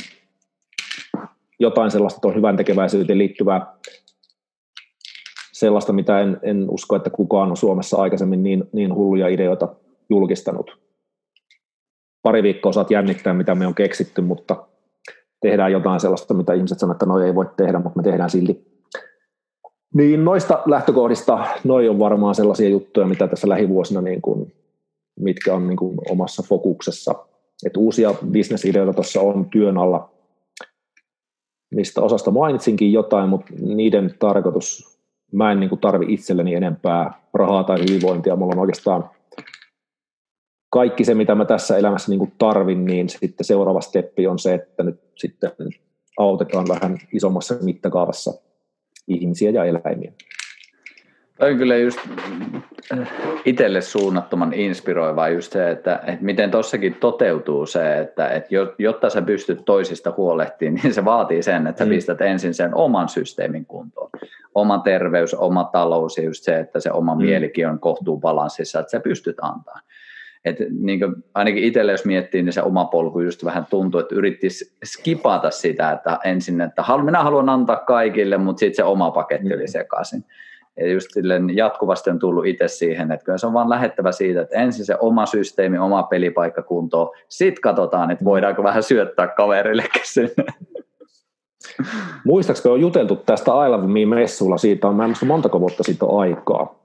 jotain sellaista tuon hyvän tekeväisyyteen liittyvää sellaista, mitä en usko, että kukaan on Suomessa aikaisemmin niin hulluja ideoita julkistanut. Pari viikkoa saat jännittää, mitä me on keksitty, mutta tehdään jotain sellaista, mitä ihmiset sanoo, että noi ei voi tehdä, mutta me tehdään silti. Niin noista lähtökohdista, noi on varmaan sellaisia juttuja, mitä tässä lähivuosina, niin kuin, mitkä on niin kuin omassa fokuksessa. Et uusia bisnesideoita tuossa on työn alla, mistä osasta mainitsinkin jotain, mutta niiden tarkoitus, mä en niin kuin tarvi itselleni enempää rahaa tai hyvinvointia. Mulla on oikeastaan kaikki se, mitä mä tässä elämässä niin kuin tarvin, niin sitten seuraava steppi on se, että nyt sitten autetaan vähän isommassa mittakaavassa ihmisiä ja eläimiä. Toi on kyllä just itselle suunnattoman inspiroivaa just se, että miten tossakin toteutuu se, että jotta sä pystyt toisista huolehtimaan, niin se vaatii sen, että sä pistät ensin sen oman systeemin kuntoon. Oma terveys, oma talous ja just se, että se oma mielikin on kohtuu balanssissa, että sä pystyt antaa. Että niin kuin ainakin itselle, jos miettii, niin se oma polku just vähän tuntuu, että yrittisi skipata sitä, että ensin, että minä haluan antaa kaikille, mutta sitten se oma paketti oli sekaisin. Ja just silleen jatkuvasti on tullut itse siihen, että kyllä se on vaan lähettävä siitä, että ensin se oma systeemi, oma pelipaikka kuntoon, sitten katsotaan, että voidaanko vähän syöttää kaverillekin sinne. Muistaakseni on juteltu tästä I Love Me-messulla, siitä on montako vuotta siitä aikaa.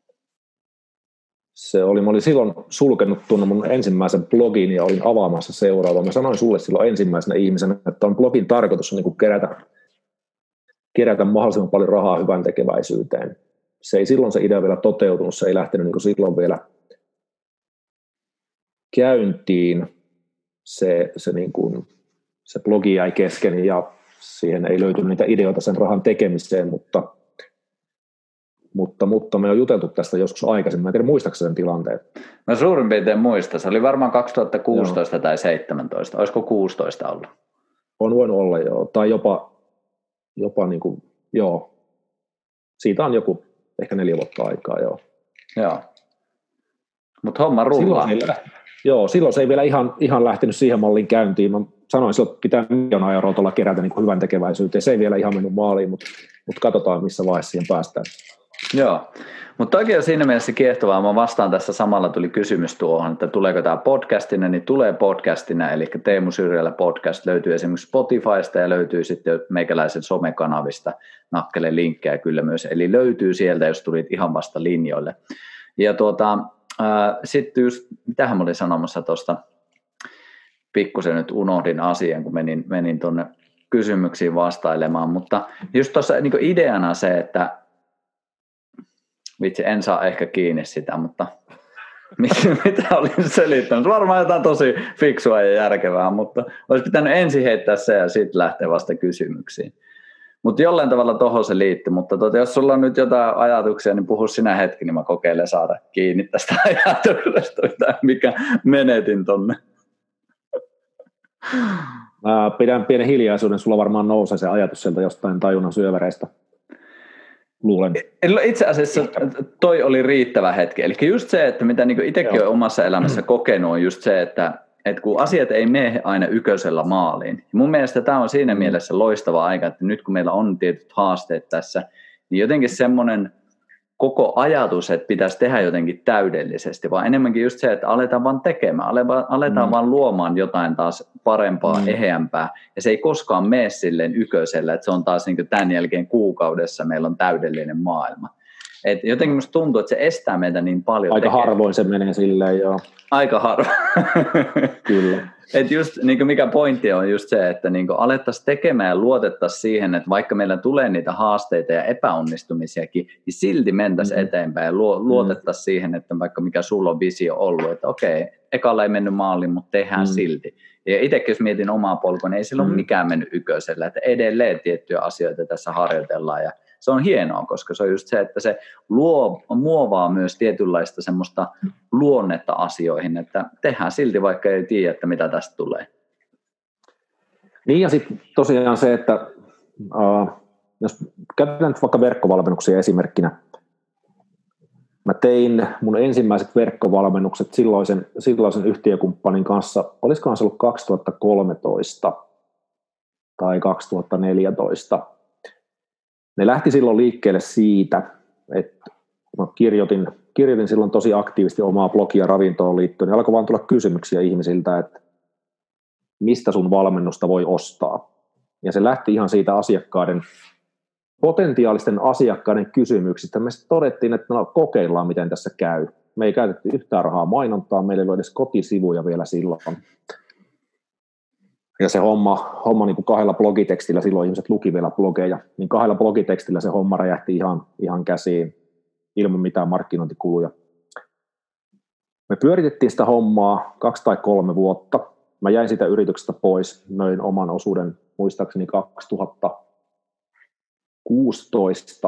Mä olin silloin sulkenut tuonne mun ensimmäisen blogin ja olin avaamassa seuraavaa. Mä sanoin sulle silloin ensimmäisenä ihmisenä, että on blogin tarkoitus on niin kerätä mahdollisimman paljon rahaa hyvän tekeväisyyteen. Se ei silloin se idea vielä toteutunut, se ei lähtenyt niin silloin vielä käyntiin. Se blogi jäi kesken ja siihen ei löytynyt niitä ideoita sen rahan tekemiseen, mutta me on juteltu tästä joskus aikaisemmin. Mä en tiedä, muistatko sen tilanteen? Mä suurin piirtein muistan. Se oli varmaan 2016 tai 2017. Olisiko 16 ollut? On voinut olla, joo. Tai jopa niin kuin, joo. Siitä on joku ehkä 4 vuotta aikaa, joo. Joo. Mutta homma rullaa. Silloin se ei vielä ihan lähtenyt siihen malliin käyntiin. Mä sanoin, että pitää 1 000 000 euroa tuolla kerätä niin kuin hyvän tekeväisyyteen. Se ei vielä ihan mennyt maaliin, mutta katsotaan, missä vaiheessa siihen päästään. Joo, mutta oikein siinä mielessä kiehtovaa. Mä vastaan tässä samalla, tuli kysymys tuohon, että tuleeko tämä podcastina, niin tulee podcastina, eli Teemu Syrjälä podcast löytyy esimerkiksi Spotifysta ja löytyy sitten meikäläisen somekanavista, nakkele linkkejä kyllä myös, eli löytyy sieltä, jos tulit ihan vasta linjoille. Ja sitten just, mitähän mä olin sanomassa tuosta, pikkusen nyt unohdin asian, kun menin tuonne kysymyksiin vastailemaan, mutta just tuossa niin ideana se, että vitsi, en saa ehkä kiinni sitä, mutta mitä olin selittänyt? Varmaan jotain tosi fiksua ja järkevää, mutta olisi pitänyt ensin heittää se ja sitten lähteä vasta kysymyksiin. Mutta jollain tavalla tohon se liittyy, mutta jos sulla on nyt jotain ajatuksia, niin puhu sinä hetki, niin mä kokeilen saada kiinni tästä ajatuksesta, mikä menetin tonne. Mä pidän pienen hiljaisuuden, sulla varmaan nousee se ajatus sieltä jostain tajunnan syöväreistä. Luulen. Itse asiassa toi oli riittävä hetki. Eli just se, että mitä niin itsekin olen omassa elämässä kokenut, on just se, että kun asiat ei mene aina yköisellä maaliin. Mun mielestä tämä on siinä mielessä loistava aika, että nyt kun meillä on tietyt haasteet tässä, niin jotenkin semmoinen koko ajatus, että pitäisi tehdä jotenkin täydellisesti, vaan enemmänkin just se, että aletaan vaan tekemään, aletaan vaan luomaan jotain taas parempaa, eheämpää, ja se ei koskaan mene silleen yköisellä, että se on taas niin kuin tämän jälkeen kuukaudessa meillä on täydellinen maailma. Et jotenkin musta tuntuu, että se estää meitä niin paljon. Aika harvoin se menee silleen, joo. Aika harvoin. Kyllä. Et just, niin mikä pointti on just se, että niin alettaisiin tekemään ja luotettaisiin siihen, että vaikka meillä tulee niitä haasteita ja epäonnistumisiakin, niin silti mentäisiin eteenpäin ja luotettaisiin siihen, että vaikka mikä sulla on visio ollut, että okei, ekalla ei mennyt maaliin, mutta tehdään silti. Ja itsekin jos mietin omaa polkua, niin ei silloin mikään mennyt ykkösellä, että edelleen tiettyjä asioita tässä harjoitellaan ja se on hienoa, koska se on just se, että se muovaa myös tietynlaista semmoista luonnetta asioihin, että tehdään silti, vaikka ei tiedä, että mitä tästä tulee. Niin ja sitten tosiaan se, että jos käytetään nyt vaikka verkkovalmennuksia esimerkkinä, mä tein mun ensimmäiset verkkovalmennukset silloisen yhtiökumppanin kanssa, olisikohan se ollut 2013 tai 2014. Ne lähti silloin liikkeelle siitä, että mä kirjoitin silloin tosi aktiivisesti omaa blogia ravintoon liittyen, niin alkoi vaan tulla kysymyksiä ihmisiltä, että mistä sun valmennusta voi ostaa. Ja se lähti ihan siitä potentiaalisten asiakkaiden kysymyksistä. Me todettiin, että kokeillaan, miten tässä käy. Me ei käytetty yhtään rahaa mainontaa, meillä ei ole edes kotisivuja vielä silloin. Ja se homma niin kuin 2 blogitekstillä, silloin ihmiset luki vielä blogeja, niin 2 blogitekstillä se homma räjähti ihan käsiin ilman mitään markkinointikuluja. Me pyöritettiin sitä hommaa 2 tai 3 vuotta. Mä jäin siitä yrityksestä pois, möin oman osuuden muistaakseni 2016.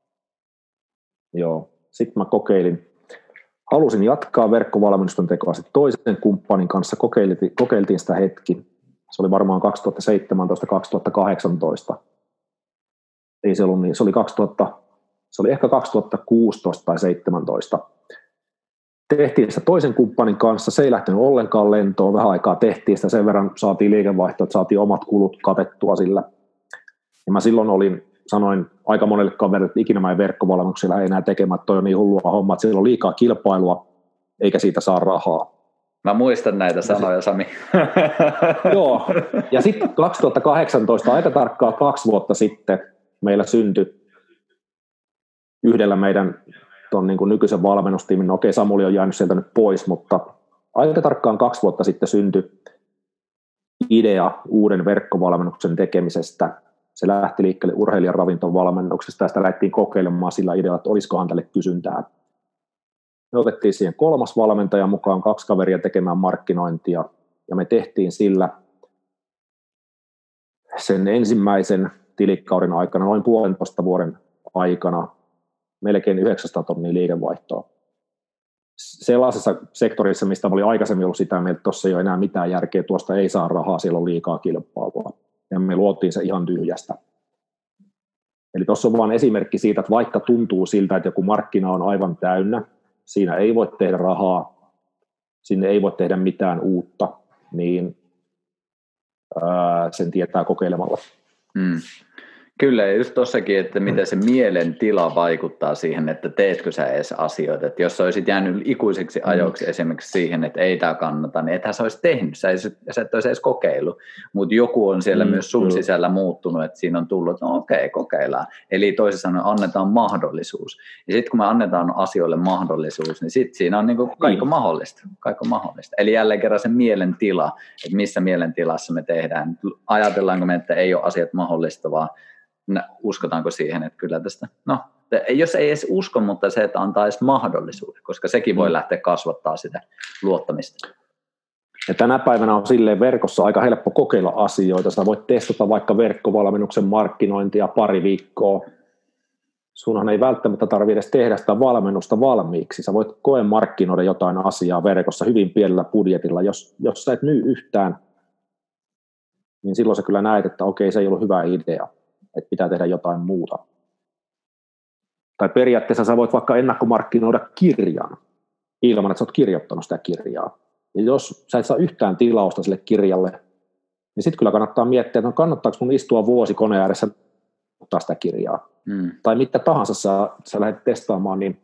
Joo. Sitten mä halusin jatkaa verkkovalmennusten tekoa sitten toisen kumppanin kanssa, kokeiltiin sitä hetki. Se oli varmaan 2017-2018. Ei se ollut niin, se oli ehkä 2016 tai 2017. Tehtiin sitä toisen kumppanin kanssa, se ei lähtenyt ollenkaan lentoon, vähän aikaa tehtiin sitä, sen verran saatiin liikevaihtoa, että saatiin omat kulut katettua sillä. Ja mä silloin sanoin aika monelle kaverille, että ikinä mä en verkkovalmennuksilla ei enää tekemään, että toi on niin hullua homma, että siellä on liikaa kilpailua, eikä siitä saa rahaa. Mä muistan näitä sanoja, Sami. Joo, ja sitten 2018, aika tarkkaan 2 vuotta sitten, meillä syntyi yhdellä meidän ton niin kuin nykyisen valmennustiimin, no okei, Samuli on jäänyt sieltä nyt pois, mutta aika tarkkaan 2 vuotta sitten syntyi idea uuden verkkovalmennuksen tekemisestä. Se lähti liikkeelle urheilijan ravintovalmennuksesta ja sitä lähdettiin kokeilemaan sillä idealla, että olisikohan tälle kysyntää. Me otettiin siihen 3. valmentaja mukaan, 2 kaveria tekemään markkinointia ja me tehtiin sillä sen ensimmäisen tilikauden aikana, noin 1,5 vuoden aikana, melkein 900 000 liikevaihtoa. Sellaisessa sektorissa, mistä oli aikaisemmin ollut sitä mieltä, että tuossa ei ole enää mitään järkeä, tuosta ei saa rahaa, siellä on liikaa kilpailua. Ja me luotiin se ihan tyhjästä. Eli tuossa on vain esimerkki siitä, että vaikka tuntuu siltä, että joku markkina on aivan täynnä, siinä ei voi tehdä rahaa, sinne ei voi tehdä mitään uutta, niin sen tietää kokeilemalla. Kyllä, ja just tossakin, että miten se mielentila vaikuttaa siihen, että teetkö sä edes asioita. Että jos sä olisit jäänyt ikuisiksi ajoiksi esimerkiksi siihen, että ei tää kannata, niin ethän sä olisi tehnyt, sä et olisi edes kokeillut. Mutta joku on siellä myös sun sisällä muuttunut, että siinä on tullut, että no okei, kokeillaan. Eli toisin sanoen annetaan mahdollisuus. Ja sitten kun me annetaan asioille mahdollisuus, niin sitten siinä on niinku kaikki mahdollista. Eli jälleen kerran se mielentila, että missä mielentilassa me tehdään. Ajatellaanko me, että ei ole asiat mahdollistavaa, uskotaanko siihen, että kyllä tästä, no jos ei edes usko, mutta se, että antaa edes mahdollisuuden, koska sekin voi lähteä kasvattaa sitä luottamista. Ja tänä päivänä on silleen verkossa aika helppo kokeilla asioita. Sä voit testata vaikka verkkovalmennuksen markkinointia 2 viikkoa. Sunhan ei välttämättä tarvitse edes tehdä sitä valmennusta valmiiksi. Sä voit koemarkkinoida jotain asiaa verkossa hyvin pienellä budjetilla. Jos sä et myy yhtään, niin silloin sä kyllä näet, että okei, se ei ollut hyvä idea, että pitää tehdä jotain muuta. Tai periaatteessa sä voit vaikka ennakkomarkkinoida kirjan ilman, että sä oot kirjoittanut sitä kirjaa. Ja jos sä et saa yhtään tilausta sille kirjalle, niin sitten kyllä kannattaa miettiä, että kannattaako mun istua vuosi koneen ääressä ottaa sitä kirjaa. Tai mitä tahansa sä lähdet testaamaan, niin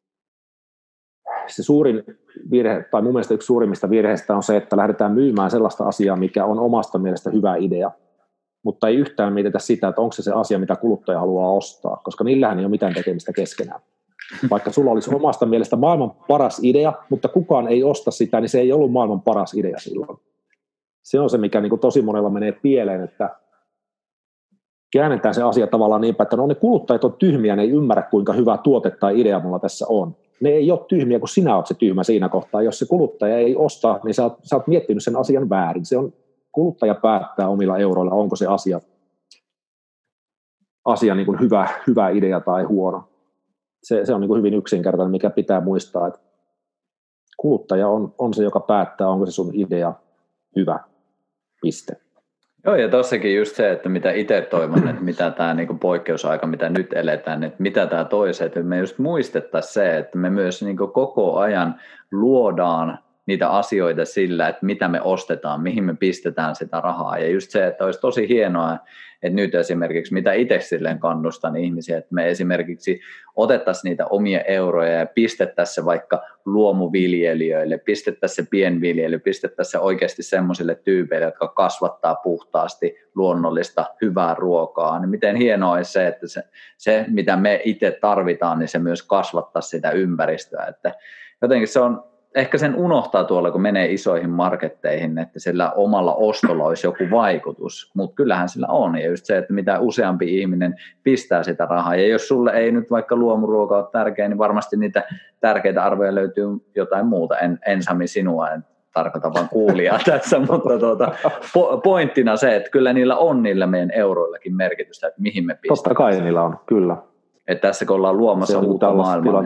se suurin virhe, tai mun mielestä yksi suurimmista virheistä on se, että lähdetään myymään sellaista asiaa, mikä on omasta mielestä hyvä idea, mutta ei yhtään mietitä sitä, että onko se asia, mitä kuluttaja haluaa ostaa, koska niillähän ei ole mitään tekemistä keskenään. Vaikka sulla olisi omasta mielestä maailman paras idea, mutta kukaan ei osta sitä, niin se ei ollut maailman paras idea silloin. se on se, mikä niin kuin tosi monella menee pieleen, että käännetään se asia tavallaan niin päin, että ne kuluttajat on tyhmiä, ne ei ymmärrä, kuinka hyvä tuote tai idea mulla tässä on. Ne ei ole tyhmiä, kun sinä olet se tyhmä siinä kohtaa. Jos se kuluttaja ei osta, niin sä oot miettinyt sen asian väärin. Se on, kuluttaja päättää omilla euroilla, onko se asia niin kuin hyvä idea tai huono. Se on niin kuin hyvin yksinkertainen, mikä pitää muistaa, että kuluttaja on se, joka päättää, onko se sun idea hyvä, piste. Joo, ja tossakin just se, että mitä itse toivon, että mitä tämä niinku poikkeusaika, mitä nyt eletään, että mitä tämä toisi, että me just muistettaisiin se, että me myös niinku koko ajan luodaan niitä asioita sillä, että mitä me ostetaan, mihin me pistetään sitä rahaa, ja just se, että olisi tosi hienoa, että nyt esimerkiksi, mitä itse silleen kannustan ihmisiä, että me esimerkiksi otettaisiin niitä omia euroja ja pistettäisiin se vaikka luomuviljelijöille, pistettäisiin se pienviljely, pistettäisiin se oikeasti semmoisille tyypeille, jotka kasvattaa puhtaasti luonnollista hyvää ruokaa, niin miten hienoa olisi se, että se mitä me itse tarvitaan, niin se myös kasvattaa sitä ympäristöä, että jotenkin se on, ehkä sen unohtaa tuolla, kun menee isoihin marketteihin, että sillä omalla ostolla olisi joku vaikutus, mutta kyllähän sillä on. Ja just se, että mitä useampi ihminen pistää sitä rahaa. Ja jos sulle ei nyt vaikka luomuruoka ole tärkeä, niin varmasti niitä tärkeitä arvoja löytyy jotain muuta. En Sami sinua, en tarkoita vaan kuulijaa tässä, mutta pointtina se, että kyllä niillä on niillä meidän euroillakin merkitystä, että mihin me pistetään. Totta kai niillä on, kyllä. Että tässä kun ollaan luomassa uutta maailmaa.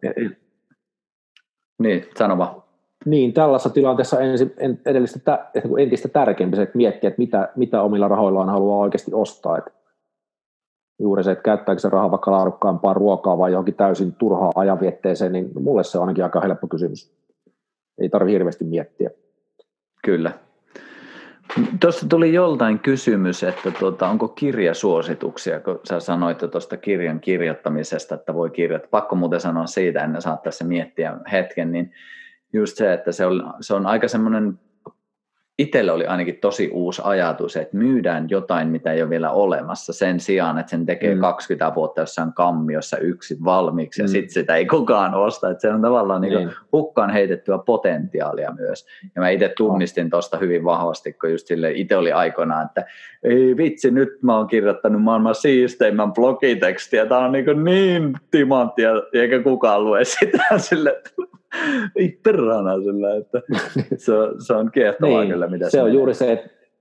Niin, sano vaan. Niin, tällaisessa tilanteessa entistä tärkeämpi se, että miettiä, että mitä omilla rahoillaan haluaa oikeasti ostaa. Että juuri se, että käyttääkö se raha vaikka laadukkaampaa ruokaa vai johonkin täysin turhaa ajanvietteeseen, niin mulle se on ainakin aika helppo kysymys. Ei tarvitse hirveästi miettiä. Kyllä. Tuosta tuli joltain kysymys, että onko kirjasuosituksia, kun sä sanoit tuosta kirjan kirjoittamisesta, että voi kirjoittaa. Pakko muuten sanoa siitä, ennen saat tässä miettiä hetken, niin just se, että se on aika semmoinen, itselle oli ainakin tosi uusi ajatus, että myydään jotain, mitä ei ole vielä olemassa sen sijaan, että sen tekee 20 vuotta jossain kammiossa yksin valmiiksi ja sitten sitä ei kukaan osta. Että se on tavallaan niin hukkaan heitettyä potentiaalia myös. Ja mä itse tunnistin tuosta hyvin vahvasti, kun just silleen itse oli aikoinaan, että ei vitsi, nyt mä oon kirjoittanut maailman siisteimmän blogitekstiä. Tää on niin timanttia, eikä kukaan lue sitä silleen, ei perhana sillä, että se on kiehtovaa niin, kyllä, mitä se on juuri se,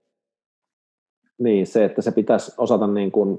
että se pitäisi osata niin kuin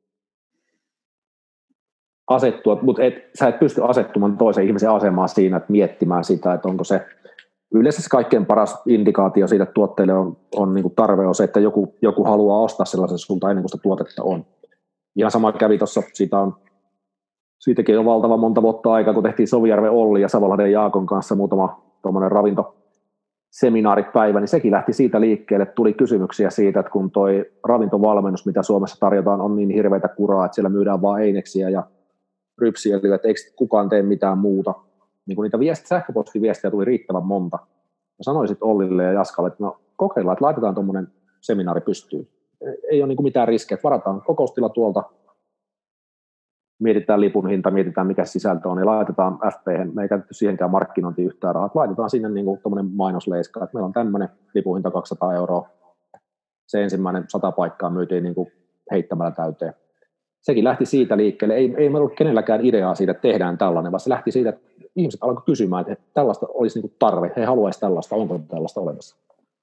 asettua, mutta sä et pysty asettumaan toisen ihmisen asemaan siinä, että miettimään sitä, että onko se yleensä se kaikkein paras indikaatio siitä tuotteelle on niin kuin tarve on se, että joku haluaa ostaa sellaisen sulta ennen kuin sitä tuotetta on. Ihan sama kävi tuossa, siitäkin on valtava monta vuotta aikaa, kun tehtiin Sovijärven Olli ja Savolahden Jaakon kanssa muutama tuommoinen ravintoseminaaripäivä, niin sekin lähti siitä liikkeelle. Tuli kysymyksiä siitä, että kun toi ravintovalmennus, mitä Suomessa tarjotaan, on niin hirveitä kuraa, että siellä myydään vaan eineksiä ja rypsiä, että eikö kukaan tee mitään muuta. Niin kun niitä sähköpostiviestejä tuli riittävän monta. Mä sanoisin Ollille ja Jaskalle, että no kokeillaan, että laitetaan tuommoinen seminaari pystyyn. Ei ole niin kuin mitään riskejä, että varataan kokoustila tuolta, mietitään lipun hinta, mietitään mikä sisältö on ja laitetaan FP:hen, me ei käytetty siihenkään markkinointiin yhtään rahaa, laitetaan sinne niin kuin tuommoinen mainosleiska, että meillä on tämmöinen lipun hinta 200 €, se ensimmäinen 100 paikkaa myytiin niin kuin heittämällä täyteen. Sekin lähti siitä liikkeelle, ei meillä ollut kenelläkään ideaa siitä, että tehdään tällainen, vaan se lähti siitä, että ihmiset alkoivat kysymään, että tällaista olisi niin kuin tarve, he haluaisivat tällaista, onko tällaista olemassa.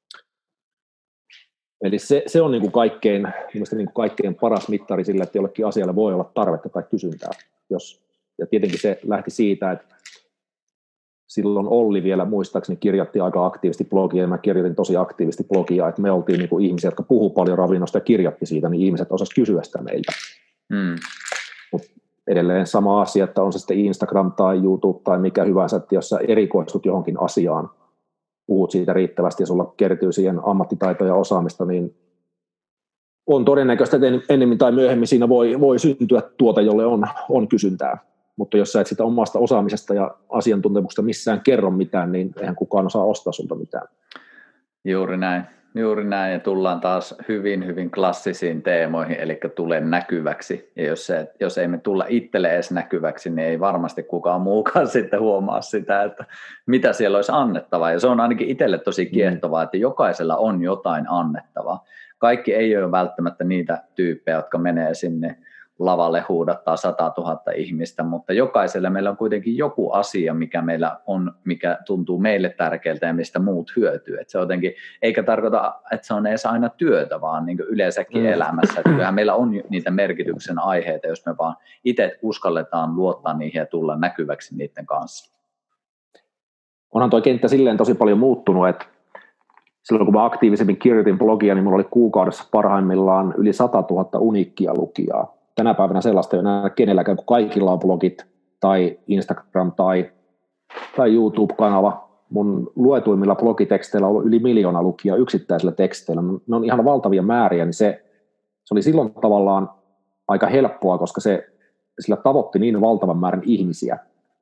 Eli se on niin kuin kaikkein paras mittari sillä, että jollekin asialle voi olla tarvetta tai kysyntää. Ja tietenkin se lähti siitä, että silloin Olli vielä muistaakseni kirjoitti aika aktiivisesti blogia, ja mä kirjoitin tosi aktiivisesti blogia, että me oltiin niin kuin ihmisiä, jotka puhuu paljon ravinnosta ja kirjoitti siitä, niin ihmiset osasivat kysyä sitä meiltä. Mut edelleen sama asia, että on se sitten Instagram tai YouTube tai mikä hyvänsä, että jos sä erikoistut johonkin asiaan, puhut siitä riittävästi ja sulla kertyy siihen ammattitaitoa ja osaamista, niin on todennäköistä, että ennemmin tai myöhemmin siinä voi syntyä tuote, jolle on kysyntää. Mutta jos sä et sitä omasta osaamisesta ja asiantuntemuksesta missään kerro mitään, niin eihän kukaan osaa ostaa sulta mitään. Juuri näin. Juuri näin, ja tullaan taas hyvin, hyvin klassisiin teemoihin, eli tule näkyväksi. Ja jos ei me tulla itselle edes näkyväksi, niin ei varmasti kukaan muukaan sitten huomaa sitä, että mitä siellä olisi annettavaa. Ja se on ainakin itselle tosi kiehtovaa, että jokaisella on jotain annettavaa. Kaikki ei ole välttämättä niitä tyyppejä, jotka menee sinne lavalle huudattaa 100 000 ihmistä, mutta jokaisella meillä on kuitenkin joku asia, mikä meillä on, mikä tuntuu meille tärkeältä ja mistä muut hyötyy. Että se jotenkin, eikä tarkoita, että se on edes aina työtä, vaan niin kuin yleensäkin elämässä. Että kyllähän meillä on niitä merkityksen aiheita, jos me vaan itse uskalletaan luottaa niihin ja tulla näkyväksi niiden kanssa. Onhan tuo kenttä silleen tosi paljon muuttunut, että silloin kun mä aktiivisemmin kirjoitin blogia, niin mulla oli kuukaudessa parhaimmillaan yli 100 000 uniikkia lukijaa. Tänä päivänä sellaista ei ole kenelläkään, kun kaikilla on blogit tai Instagram tai YouTube-kanava. Mun luetuimmilla blogiteksteillä on ollut yli 1 miljoona lukijaa yksittäisillä teksteillä. Ne on ihan valtavia määriä, niin se oli silloin tavallaan aika helppoa, koska sillä tavoitti niin valtavan määrän ihmisiä,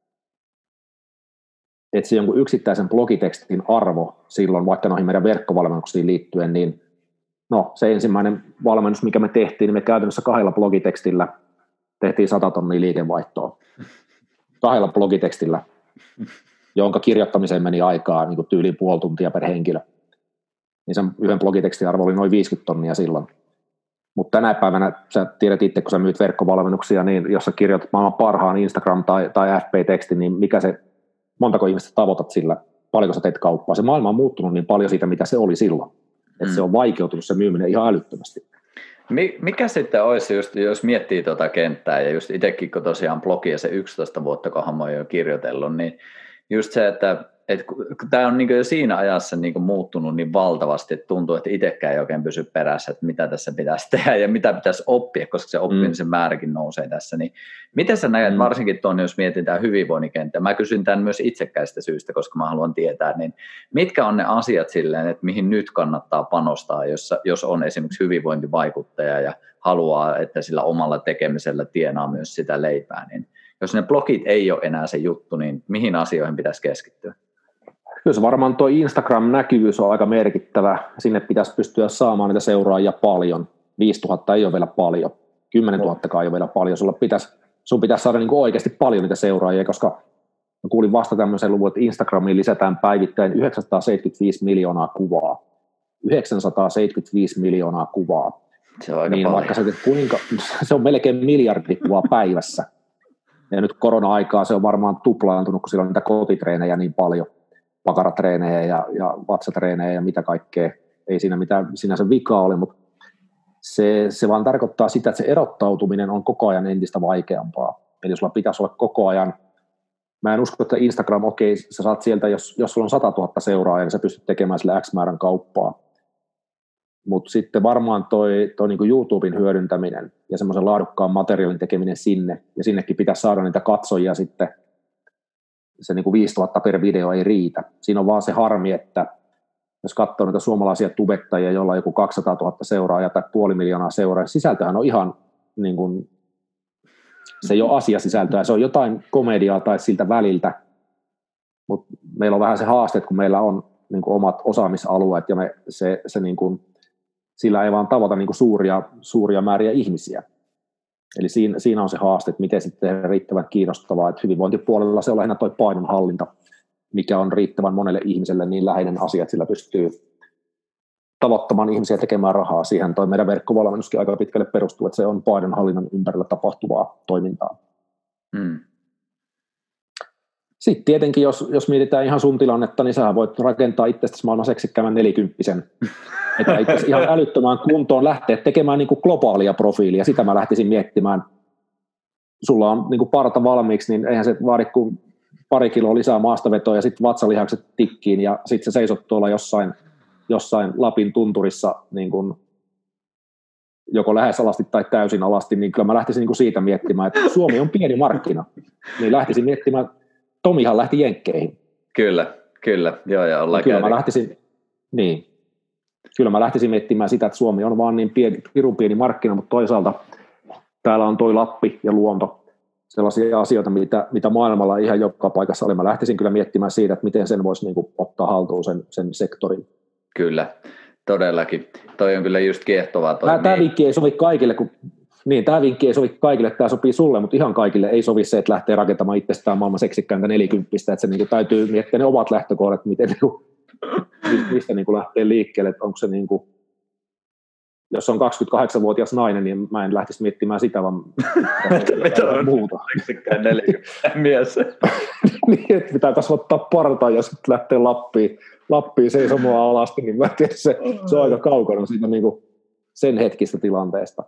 että se jonkun yksittäisen blogitekstin arvo silloin, vaikka noihin meidän verkkovalmennuksiin liittyen, niin no, se ensimmäinen valmennus, mikä me tehtiin, niin me käytännössä 2 blogitekstillä tehtiin 100 000 liikevaihtoa. 2 blogitekstillä, jonka kirjoittamiseen meni aikaa niin kuin tyyliin puoli tuntia per henkilö. Niin sen yhden blogitekstin arvo oli noin 50 000 silloin. Mutta tänä päivänä, sä tiedät itse, kun sä myyt verkkovalmennuksia, niin jos sä kirjoitat maailman parhaan Instagram- tai FB-tekstin, niin montako ihmistä tavoitat sillä, paljonko sä teet kauppaa. Se maailma on muuttunut niin paljon siitä, mitä se oli silloin. Että se on vaikeutunut se myyminen ihan älyttömästi. Mikä sitten olisi, just, jos miettii tuota kenttää, ja just itsekin kun tosiaan blogia se 11 vuotta, kohan mä oon jo kirjoitellut, niin just se, että tämä on niin jo siinä ajassa niin muuttunut niin valtavasti, että tuntuu, että itsekään ei oikein pysy perässä, että mitä tässä pitäisi tehdä ja mitä pitäisi oppia, koska se oppimisen määräkin nousee tässä. Niin miten sä näet, varsinkin tuonne, jos mietitään hyvinvoinnikenttää, mä kysyn tämän myös itsekkäistä syystä, koska mä haluan tietää, niin mitkä on ne asiat silleen, että mihin nyt kannattaa panostaa, jos on esimerkiksi hyvinvointivaikuttaja ja haluaa, että sillä omalla tekemisellä tienaa myös sitä leipää, niin jos ne blogit ei ole enää se juttu, niin mihin asioihin pitäisi keskittyä? Kyllä se varmaan tuo Instagram-näkyvyys on aika merkittävä. Sinne pitäisi pystyä saamaan niitä seuraajia paljon. 5 000 ei ole vielä paljon. 10 000 ei ole vielä paljon. Sun pitäisi saada niin kuin oikeasti paljon niitä seuraajia, koska mä kuulin vasta tämmöisen luvun, että Instagramiin lisätään päivittäin 975 miljoonaa kuvaa. 975 miljoonaa kuvaa. Se on aika niin paljon. Se on melkein miljardi kuvaa päivässä. Ja nyt korona-aikaa se on varmaan tuplaantunut, kun siellä on niitä kotitreenejä niin paljon. Pakaratreenejä ja vatsatreenejä ja mitä kaikkea. Ei siinä mitään sinänsä vikaa ole, mutta se vaan tarkoittaa sitä, että se erottautuminen on koko ajan entistä vaikeampaa. Eli sulla pitäisi olla koko ajan, mä en usko, että Instagram, okei, sä saat sieltä, jos sulla on 100 000 seuraajaa, niin sä pystyt tekemään sille X määrän kauppaa. Mutta sitten varmaan toi niin kuin YouTuben hyödyntäminen ja semmoisen laadukkaan materiaalin tekeminen sinne, ja sinnekin pitäisi saada niitä katsojia sitten, se niin kuin 5 000 per video ei riitä. Siinä on vaan se harmi, että jos katsoo näitä suomalaisia tubettajia, joilla on joku 200 000 seuraajaa tai 500 000 seuraajaa, sisältöhän on ihan, niin kuin, se ei ole asiasisältöä, se on jotain komediaa tai siltä väliltä, mutta meillä on vähän se haaste, kun meillä on niin kuin omat osaamisalueet ja se niin kuin, sillä ei vaan tavoita niin kuin suuria määriä ihmisiä. Eli siinä on se haaste, että miten sitten tehdä riittävän kiinnostavaa, että hyvinvointipuolella se on lähinnä tuo painonhallinta, mikä on riittävän monelle ihmiselle niin läheinen asia, että sillä pystyy tavoittamaan ihmisiä tekemään rahaa. Siihen toi meidän verkkovalmennuskin aika pitkälle perustuu, että se on painonhallinnan ympärillä tapahtuvaa toimintaa. Sitten tietenkin, jos mietitään ihan sun tilannetta, niin sä voit rakentaa itsestäsi maailman seksikkäämän 40-sen. Että itse ihan älyttömään kuntoon lähteä tekemään niin kuin globaalia profiilia. Sitä mä lähtisin miettimään. Sulla on niin kuin parta valmiiksi, niin eihän se vaadi kuin 2 kiloa lisää maastavetoa ja sitten vatsalihakset tikkiin ja sitten sä seisot tuolla jossain Lapin tunturissa niin kuin joko lähes alasti tai täysin alasti, niin kyllä mä lähtisin niin kuin siitä miettimään, että Suomi on pieni markkina. Niin lähtisin miettimään, Tomihan lähti Jenkkeihin. Kyllä. Joo, ja ollaan Kyllä mä lähtisin miettimään sitä, että Suomi on vaan niin pirun pieni markkina, mutta toisaalta täällä on toi Lappi ja luonto, sellaisia asioita, mitä maailmalla ihan joka paikassa oli. Mä lähtisin kyllä miettimään siitä, että miten sen voisi niin kuin ottaa haltuun sen sektorin. Kyllä. Todellakin. Toi on kyllä just kiehtovaa. Tämä vinkki ei sovi kaikille, tämä vinkki ei sovi kaikille, tämä sopii sulle, mutta ihan kaikille ei sovi se, että lähtee rakentamaan itsestään maailman seksikkääntä 40, että se niin kuin täytyy miettiä ne omat lähtökohdat, miten, mistä niin kuin lähtee liikkeelle, että onko se niin kuin, jos on 28-vuotias nainen, niin mä en lähtisi miettimään sitä, vaan muuta. Seksikkäin 40 mies. Niin, että pitää kasvattaa partaa ja sitten lähtee Lappiin seisomaan alasti, niin mä tiedän, se on aika kaukana siitä niin kuin sen hetkistä tilanteesta.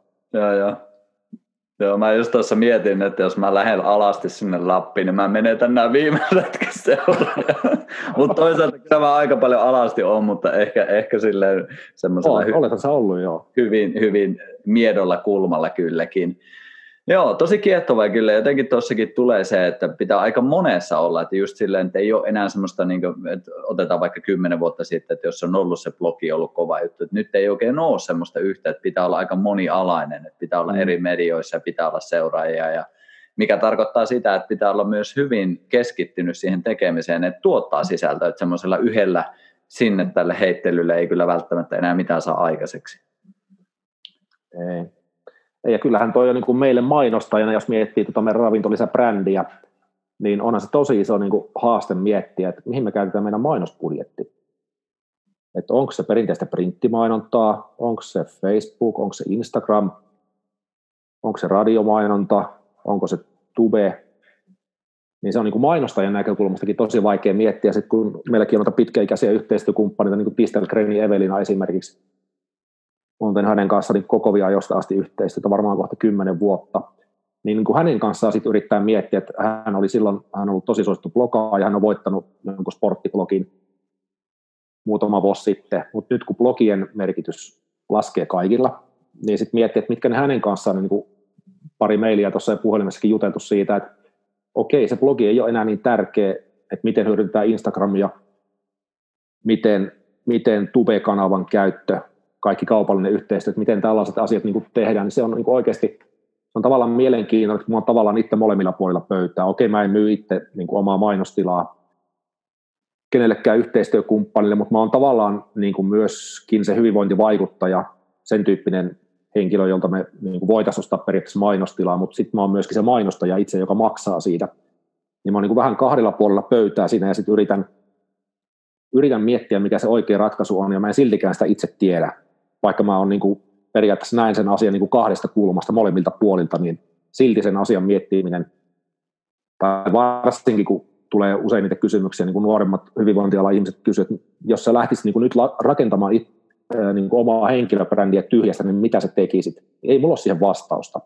Joo, mä just tuossa mietin, että jos mä lähden alasti sinne Lappiin, niin mä menetän nämä viimeisetkin seuraaja. Mutta toisaalta kyllä mä aika paljon alasti on, mutta ehkä silleen semmoisella olethan sä ollut, joo. Hyvin miedolla kulmalla kylläkin. Joo, tosi kiehtovaa kyllä. Jotenkin tuossakin tulee se, että pitää aika monessa olla, että just silleen, että ei ole enää semmoista, niin kuin, että otetaan vaikka 10 vuotta sitten, että jos on ollut se blogi ollut kova juttu, että nyt ei oikein ole semmoista yhtä, että pitää olla aika monialainen, että pitää olla eri medioissa ja pitää olla seuraajia, ja mikä tarkoittaa sitä, että pitää olla myös hyvin keskittynyt siihen tekemiseen, että tuottaa sisältöä, että semmoisella yhdellä sinne tälle heittelylle ei kyllä välttämättä enää mitään saa aikaiseksi. Ei. Ja kyllähän toi on niin kuin meille mainostajana, jos miettii tuota meidän ravintolisäbrändiä, niin onhan se tosi iso niin kuin haaste miettiä, että mihin me käytetään meidän mainosbudjetti. Että onko se perinteistä printtimainontaa, onko se Facebook, onko se Instagram, onko se radiomainonta, onko se Tube. Niin se on niin kuin mainostajan näkökulmastakin tosi vaikea miettiä, sit kun meilläkin on noita pitkäikäisiä yhteistyökumppaneita, niin kuin Distelgreni Evelina esimerkiksi. Olen tehnyt hänen kanssaan koko ajosta asti yhteistyötä, varmaan kohta 10 vuotta. Niin kuin hänen kanssaan sitten yrittää miettiä, että hän on ollut tosi suosittu blogaaja, hän on voittanut jonkun sporttiblogin muutama vuosi sitten, mutta nyt kun blogien merkitys laskee kaikilla, niin sitten miettiä, että mitkä ne hänen kanssaan, niin kuin pari mailia tuossa puhelimessakin juteltu siitä, että okei, se blogi ei ole enää niin tärkeä, että miten hyödyntää Instagramia, miten Tube-kanavan käyttö, kaikki kaupallinen yhteistyö, että miten tällaiset asiat niin kuin tehdään, niin se on niin kuin oikeasti, se on tavallaan mielenkiintoinen, että mä oon tavallaan itse molemmilla puolilla pöytää. Okei, mä en myy itse niin kuin omaa mainostilaa kenellekään yhteistyökumppanille, mutta mä oon tavallaan niin kuin myöskin se hyvinvointivaikuttaja, sen tyyppinen henkilö, jolta me niin kuin voitaisiin ostaa periaatteessa mainostilaa, mutta sitten mä oon myöskin se mainostaja itse, joka maksaa siitä. Niin mä oon niin kuin vähän kahdella puolella pöytää siinä ja sitten yritän miettiä, mikä se oikea ratkaisu on, ja mä en siltikään sitä itse tiedä. Vaikka mä oon niin kuin periaatteessa näin sen asian niin kuin kahdesta kulmasta, molemmilta puolilta, niin silti sen asian miettiminen, tai varsinkin kun tulee usein niitä kysymyksiä, niin kuin nuoremmat hyvinvointialan ihmiset kysyvät, että jos sä lähtisit niin kuin nyt rakentamaan niin kuin omaa henkilöbrändiä tyhjästä, niin mitä sä tekisit? Ei mulla ole siihen vastausta.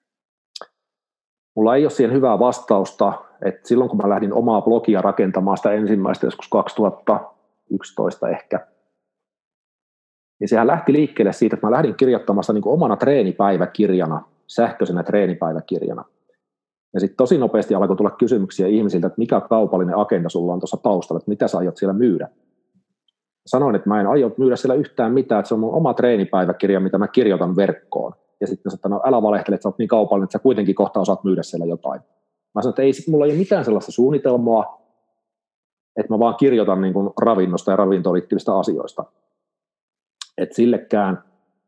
Mulla ei ole siihen hyvää vastausta, että silloin kun mä lähdin omaa blogia rakentamaan sitä ensimmäistä joskus 2011 ehkä, niin sehän lähti liikkeelle siitä, että mä lähdin kirjoittamaan sitä niin kuin omana treenipäiväkirjana, sähköisenä treenipäiväkirjana. Ja sitten tosi nopeasti alkoi tulla kysymyksiä ihmisiltä, että mikä kaupallinen agenda sulla on tuossa taustalla, että mitä sä aiot siellä myydä. Sanoin, että mä en aio myydä siellä yhtään mitään, että se on mun oma treenipäiväkirja, mitä mä kirjoitan verkkoon. Ja sitten sanoin, että no älä valehtele, että sä oot niin kaupallinen, että sä kuitenkin kohta osaat myydä siellä jotain. Mä sanoin, että ei, mulla ei ole mitään sellaista suunnitelmaa, että mä vaan kirjoitan niin kuin ravinnosta ja ravintoon liittyvistä asioista. Että sillekään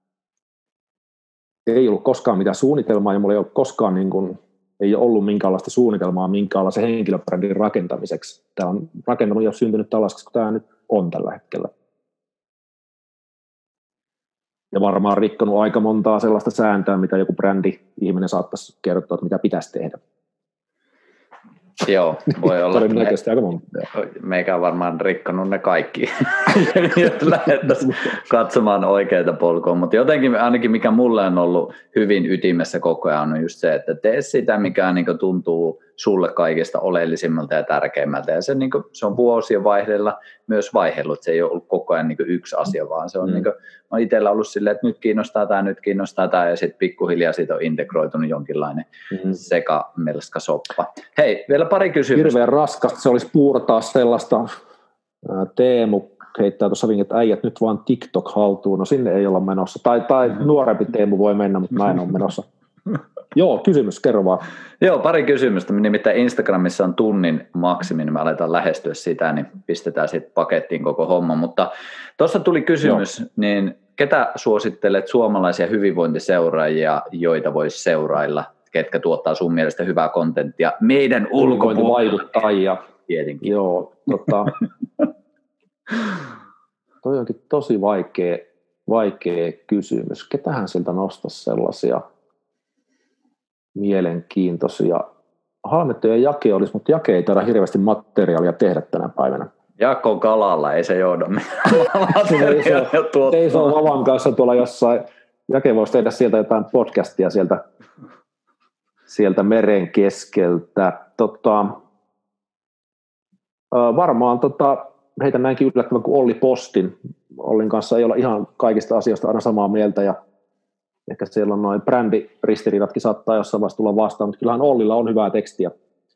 ei ollut koskaan mitään suunnitelmaa ja mulla ei ole koskaan niin kuin, ei ole ollut minkäänlaista suunnitelmaa minkäänlaisen henkilöbrändin rakentamiseksi. Tämä on rakentanut ja syntynyt tällaiseksi, kun tämä nyt on tällä hetkellä. Ja varmaan rikkonut aika montaa sellaista sääntöä, mitä joku brändi-ihminen saattaisi kertoa, että mitä pitäisi tehdä. Joo, voi olla. Todennäköisesti aika monta. Meikä on varmaan rikkonut ne kaikki, jos lähdettäisiin katsomaan oikeita polkua. Mutta jotenkin ainakin mikä mulle on ollut hyvin ytimessä koko ajan on just se, että tee sitä, mikä niin kuin tuntuu sulle kaikista oleellisimmalta ja tärkeimmältä. Ja se on vuosien vaihteella myös vaihdellut. Se ei ole ollut koko ajan niin kuin yksi asia, vaan se on niin kuin, on itsellä ollut silleen, että nyt kiinnostaa tämä ja sitten pikkuhiljaa siitä on integroitunut jonkinlainen sekamelska soppa. Hei, vielä pari kysymystä. Hirveän raskasta se olisi puurtaa sellaista. Teemu heittää tuossa vinkit, että äijät nyt vaan TikTok haltuun. No sinne ei olla menossa. Tai nuorempi Teemu voi mennä, mutta mä en ole menossa Joo, kysymys, kerro vaan. Joo, pari kysymystä. Nimittäin Instagramissa on tunnin maksimi, niin me aletaan lähestyä sitä, niin pistetään sitten pakettiin koko homma. Mutta tuossa tuli kysymys, niin ketä suosittelet suomalaisia hyvinvointiseuraajia, joita voisi seurailla, ketkä tuottaa sun mielestä hyvää kontenttia meidän ulkopuolella? Tietenkin. Joo, toi onkin tosi vaikea kysymys. Ketähän sieltä nostaisi sellaisia mielenkiintoisia? Halmettuja Jake olisi, mutta Jake ei taida hirveästi materiaalia tehdä tänä päivänä. Jaakko on kalalla, ei se jouda ei se ole Vavan kanssa tuolla jossain. Jake voisi tehdä sieltä jotain podcastia sieltä meren keskeltä. Varmaan heitä näinkin yllättävän kuin Olli Postin. Ollin kanssa ei olla ihan kaikista asioista aina samaa mieltä ja ehkä siellä on noin brändiristiriidatkin saattaa jossain vaiheessa tulla vastaan, mutta kyllähän Ollilla on hyvää tekstiä.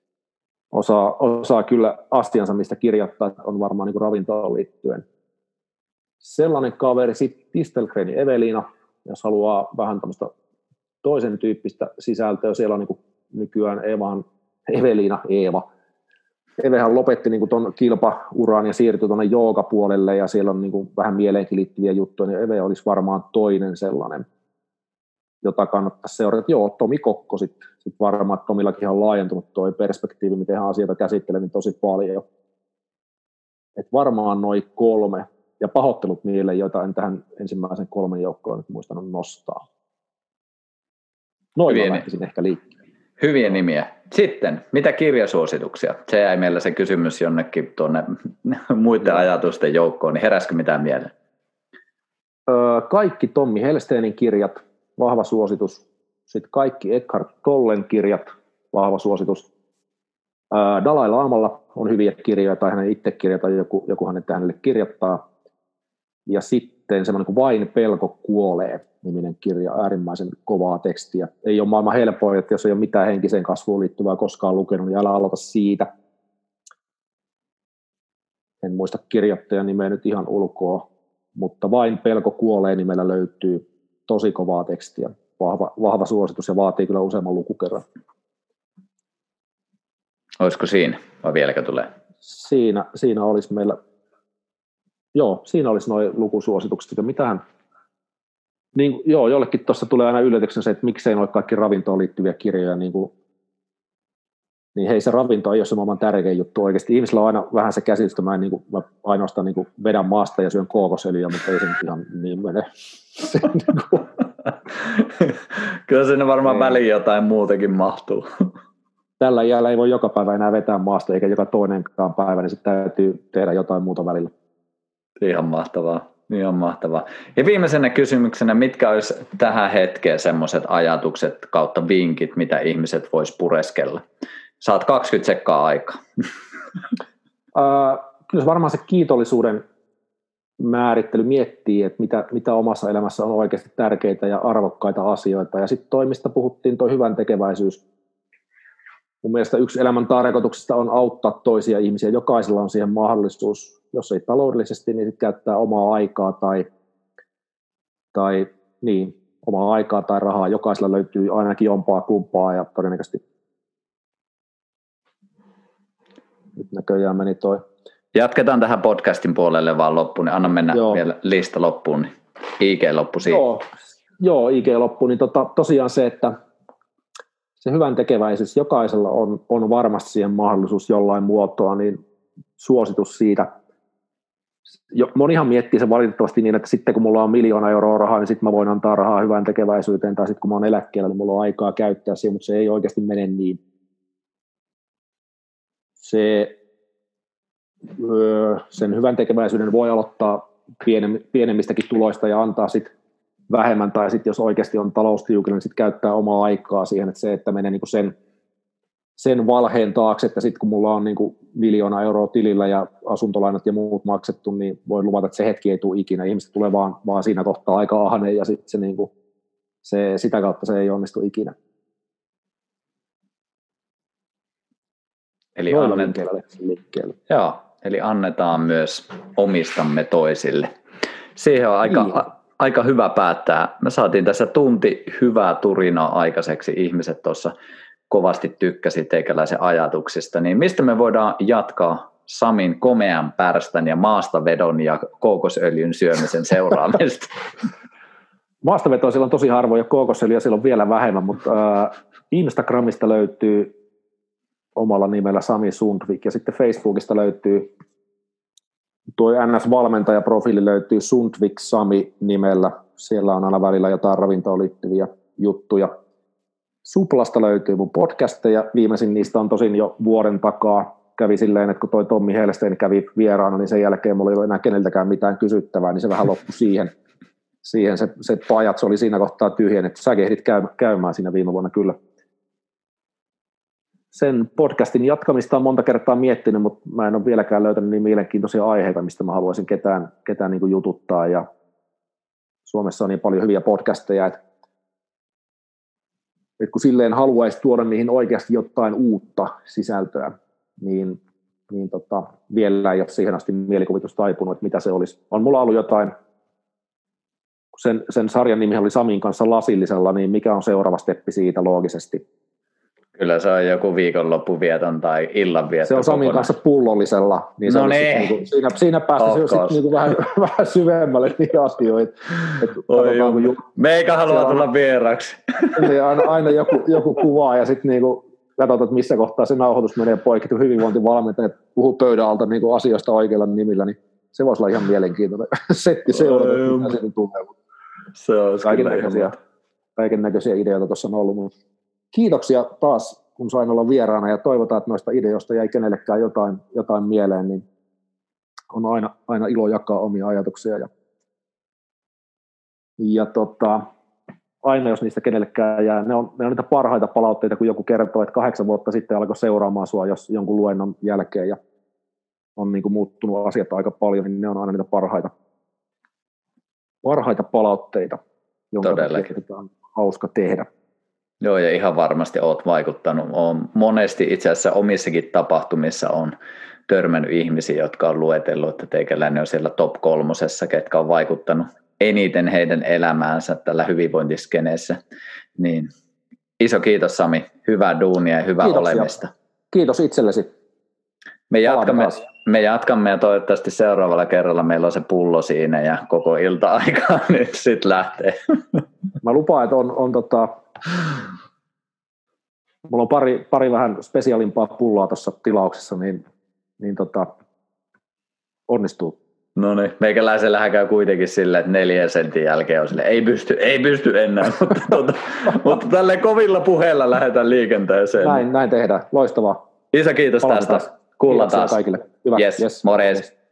Osaa kyllä astiansa, mistä kirjoittaa, on varmaan niin kuin ravintoon liittyen. Sellainen kaveri, sitten Distelgreeni Evelina, jos haluaa vähän tämmöistä toisen tyyppistä sisältöä. Siellä on niin kuin nykyään Eeva. Evehän lopetti niin kuin ton kilpauran ja siirtyi tuonne joogapuolelle ja siellä on niin kuin vähän mieleenkin liittyviä juttuja, niin Eve olisi varmaan toinen sellainen, jota kannattaisi seurata. Joo, Tomi Kokko sitten varmaan, että Tomillakin on laajentunut tuo perspektiivi, miten hän asioita käsittelee, niin tosi paljon. Et varmaan noin 3, ja pahoittelut niille, joita en tähän ensimmäisen 3 joukkoon nyt muistanut nostaa. Noin lähtisin ehkä liikkeelle. Hyviä nimiä. Sitten, mitä kirjasuosituksia? Se jäi meillä se kysymys jonnekin tuonne muiden ajatusten joukkoon, niin heräskö mitään mieleen? Kaikki Tommi Helsteenin kirjat, vahva suositus. Sitten kaikki Eckhart Tollen kirjat, vahva suositus. Dalai Lamalla on hyviä kirjoja, tai hänen itse kirja, tai joku hänelle kirjoittaa. Ja sitten semmoinen kuin Vain pelko kuolee -niminen kirja, äärimmäisen kovaa tekstiä. Ei ole maailman helpoin, että jos ei ole mitään henkiseen kasvuun liittyvää koskaan lukenut, niin älä aloita siitä. En muista kirjoittajan nimeä nyt ihan ulkoa, mutta Vain pelko kuolee -nimellä löytyy tosi kovaa tekstiä. Vahva suositus ja vaatii kyllä useamman lukukerran. Olisiko siinä vai vieläkö tulee? Siinä olisi meillä, siinä olisi nuo lukusuositukset. Ja mitähän, niin, jollekin tuossa tulee aina yllätyksen se, että miksei ole kaikki ravintoon liittyviä kirjoja. Niin hei, se ravinto ei ole se maailman tärkein juttu oikeasti. Ihmisillä on aina vähän se käsitys, että mä ainoastaan vedän maasta ja syön kookosöljyä, mutta ei se nyt ihan niin mene. Kyllä sinne varmaan väliin jotain muutakin mahtuu. Tällä iällä ei voi joka päivä enää vetää maasta, eikä joka toinenkaan päivä, niin sitten täytyy tehdä jotain muuta välillä. Ihan mahtavaa. Ja viimeisenä kysymyksenä, mitkä olisi tähän hetkeen semmoiset ajatukset kautta vinkit, mitä ihmiset vois pureskella? Saat 20 sekkaa aikaa. Kyllä varmaan se kiitollisuuden määrittely miettii, että mitä omassa elämässä on oikeasti tärkeitä ja arvokkaita asioita. Ja sitten toi, mistä puhuttiin, toi hyvän tekeväisyys. Mun mielestä yksi elämän tarkoituksesta on auttaa toisia ihmisiä. Jokaisella on siihen mahdollisuus, jos ei taloudellisesti, niin sitten käyttää omaa aikaa omaa aikaa tai rahaa. Jokaisella löytyy ainakin jompaa kumpaa ja todennäköisesti nyt näköjään meni toi. Jatketaan tähän podcastin puolelle vaan loppuun, niin anna mennä vielä lista loppuun, niin IG loppu siihen. Joo, IG loppu, niin tosiaan se, että se hyvän tekeväisyys, jokaisella on varmasti siihen mahdollisuus jollain muotoa, niin suositus siitä. Monihan miettii se valitettavasti niin, että sitten kun mulla on 1 000 000 euroa rahaa, niin sitten mä voin antaa rahaa hyvän tekeväisyyteen, tai sitten kun mä oon eläkkeellä, niin mulla on aikaa käyttää siihen, mutta se ei oikeasti mene niin. Sen hyvän tekeväisyyden voi aloittaa pienemmistäkin tuloista ja antaa sitten vähemmän, tai sitten jos oikeasti on taloustiukilla, niin sitten käyttää omaa aikaa siihen, että se, että menee niinku sen valheen taakse, että sitten kun mulla on niinku 1 000 000 euroa tilillä ja asuntolainat ja muut maksettu, niin voi luvata, että se hetki ei tule ikinä. Ihmiset tulee vaan siinä kohtaa aika ahne ja sitten sitä kautta se ei onnistu ikinä. Eli eli annetaan myös omistamme toisille. Siihen on aika hyvä päättää. Me saatiin tässä tunti hyvää turinaa aikaiseksi. Ihmiset tuossa kovasti tykkäsi teikäläisen ajatuksista. Niin mistä me voidaan jatkaa Samin komean pärstän ja maastavedon ja kookosöljyn syömisen seuraamista? Maastaveto siellä on tosi harvoin ja kookosöljyä siellä on vielä vähemmän, mutta Instagramista löytyy omalla nimellä Sami Sundvik ja sitten Facebookista löytyy tuo NS-valmentajaprofiili löytyy Sundvik Sami nimellä. Siellä on aina välillä jotain ravintoon liittyviä juttuja. Suplasta löytyy mun podcasteja. Viimeisin niistä on tosin jo vuoden takaa. Kävi silleen, että kun toi Tommi Helstein kävi vieraana, niin sen jälkeen mulla ei ole enää keneltäkään mitään kysyttävää, niin se vähän loppui siihen se pajatso oli siinä kohtaa tyhjän, että säkin ehdit käymään siinä viime vuonna kyllä. Sen podcastin jatkamista on monta kertaa miettinyt, mutta mä en ole vieläkään löytänyt niin mielenkiintoisia aiheita, mistä mä haluaisin ketään niin kuin jututtaa. Ja Suomessa on niin paljon hyviä podcasteja, että kun silleen haluaisi tuoda niihin oikeasti jotain uutta sisältöä, niin vielä ei ole siihen asti mielikuvitus taipunut, että mitä se olisi. On mulla ollut jotain, sen sarjan nimi oli Samin kanssa lasillisella, niin mikä on seuraava steppi siitä loogisesti? Kyllä se on joku viikonloppuvieton tai illanvieton. Se on Samin kanssa pullollisella. Niin no niin. Siinä päästäisiin niin vähän syvemmälle niihin asioihin. Meikä haluaa tulla vieraksi. Aina joku kuvaa ja sitten niinku katsotaan, että missä kohtaa se nauhoitus menee poikki. Hyvinvointivalmentajat puhuu pöydän alta niinku asioista oikeilla nimillä, niin se voisi olla ihan mielenkiintoinen setti seurata, mitä siinä tulee. Se olisi kaiken näköisiä ideoita tuossa on ollut. Mutta kiitoksia taas, kun sain olla vieraana ja toivotaan, että noista ideoista jäi kenellekään jotain mieleen, niin on aina ilo jakaa omia ajatuksia. Ja aina jos niistä kenellekään jää, ne on niitä parhaita palautteita, kun joku kertoo, että 8 vuotta sitten alkoi seuraamaan sua jos jonkun luennon jälkeen ja on niin kuin muuttunut asiat aika paljon, niin ne on aina niitä parhaita palautteita, jonka on hauska tehdä. Joo, ja ihan varmasti olet vaikuttanut. Olen monesti itse asiassa omissakin tapahtumissa on törmännyt ihmisiä, jotka on luetellut, että teikäläinen on siellä top 3, ketkä on vaikuttanut eniten heidän elämäänsä tällä hyvinvointiskeneessä. Niin iso kiitos Sami, hyvää duunia ja hyvää olemista. Kiitos itsellesi. Me jatkamme ja toivottavasti seuraavalla kerralla meillä on se pullo siinä ja koko ilta-aikaa nyt sitten lähtee. Mä lupaan, että mulla on pari vähän spesiaalimpaa pulloa tuossa tilauksessa, niin onnistuu. No niin, meikäläisellähän käy kuitenkin silleen, että 4 sentin jälkeen on silleen, ei pysty enää, mutta tälleen kovilla puheella lähdetään liikenteeseen. Näin tehdään, loistavaa. Iso kiitos tästä. Kuullaan taas. Kaikille. Hyvä. Yes. Morjes.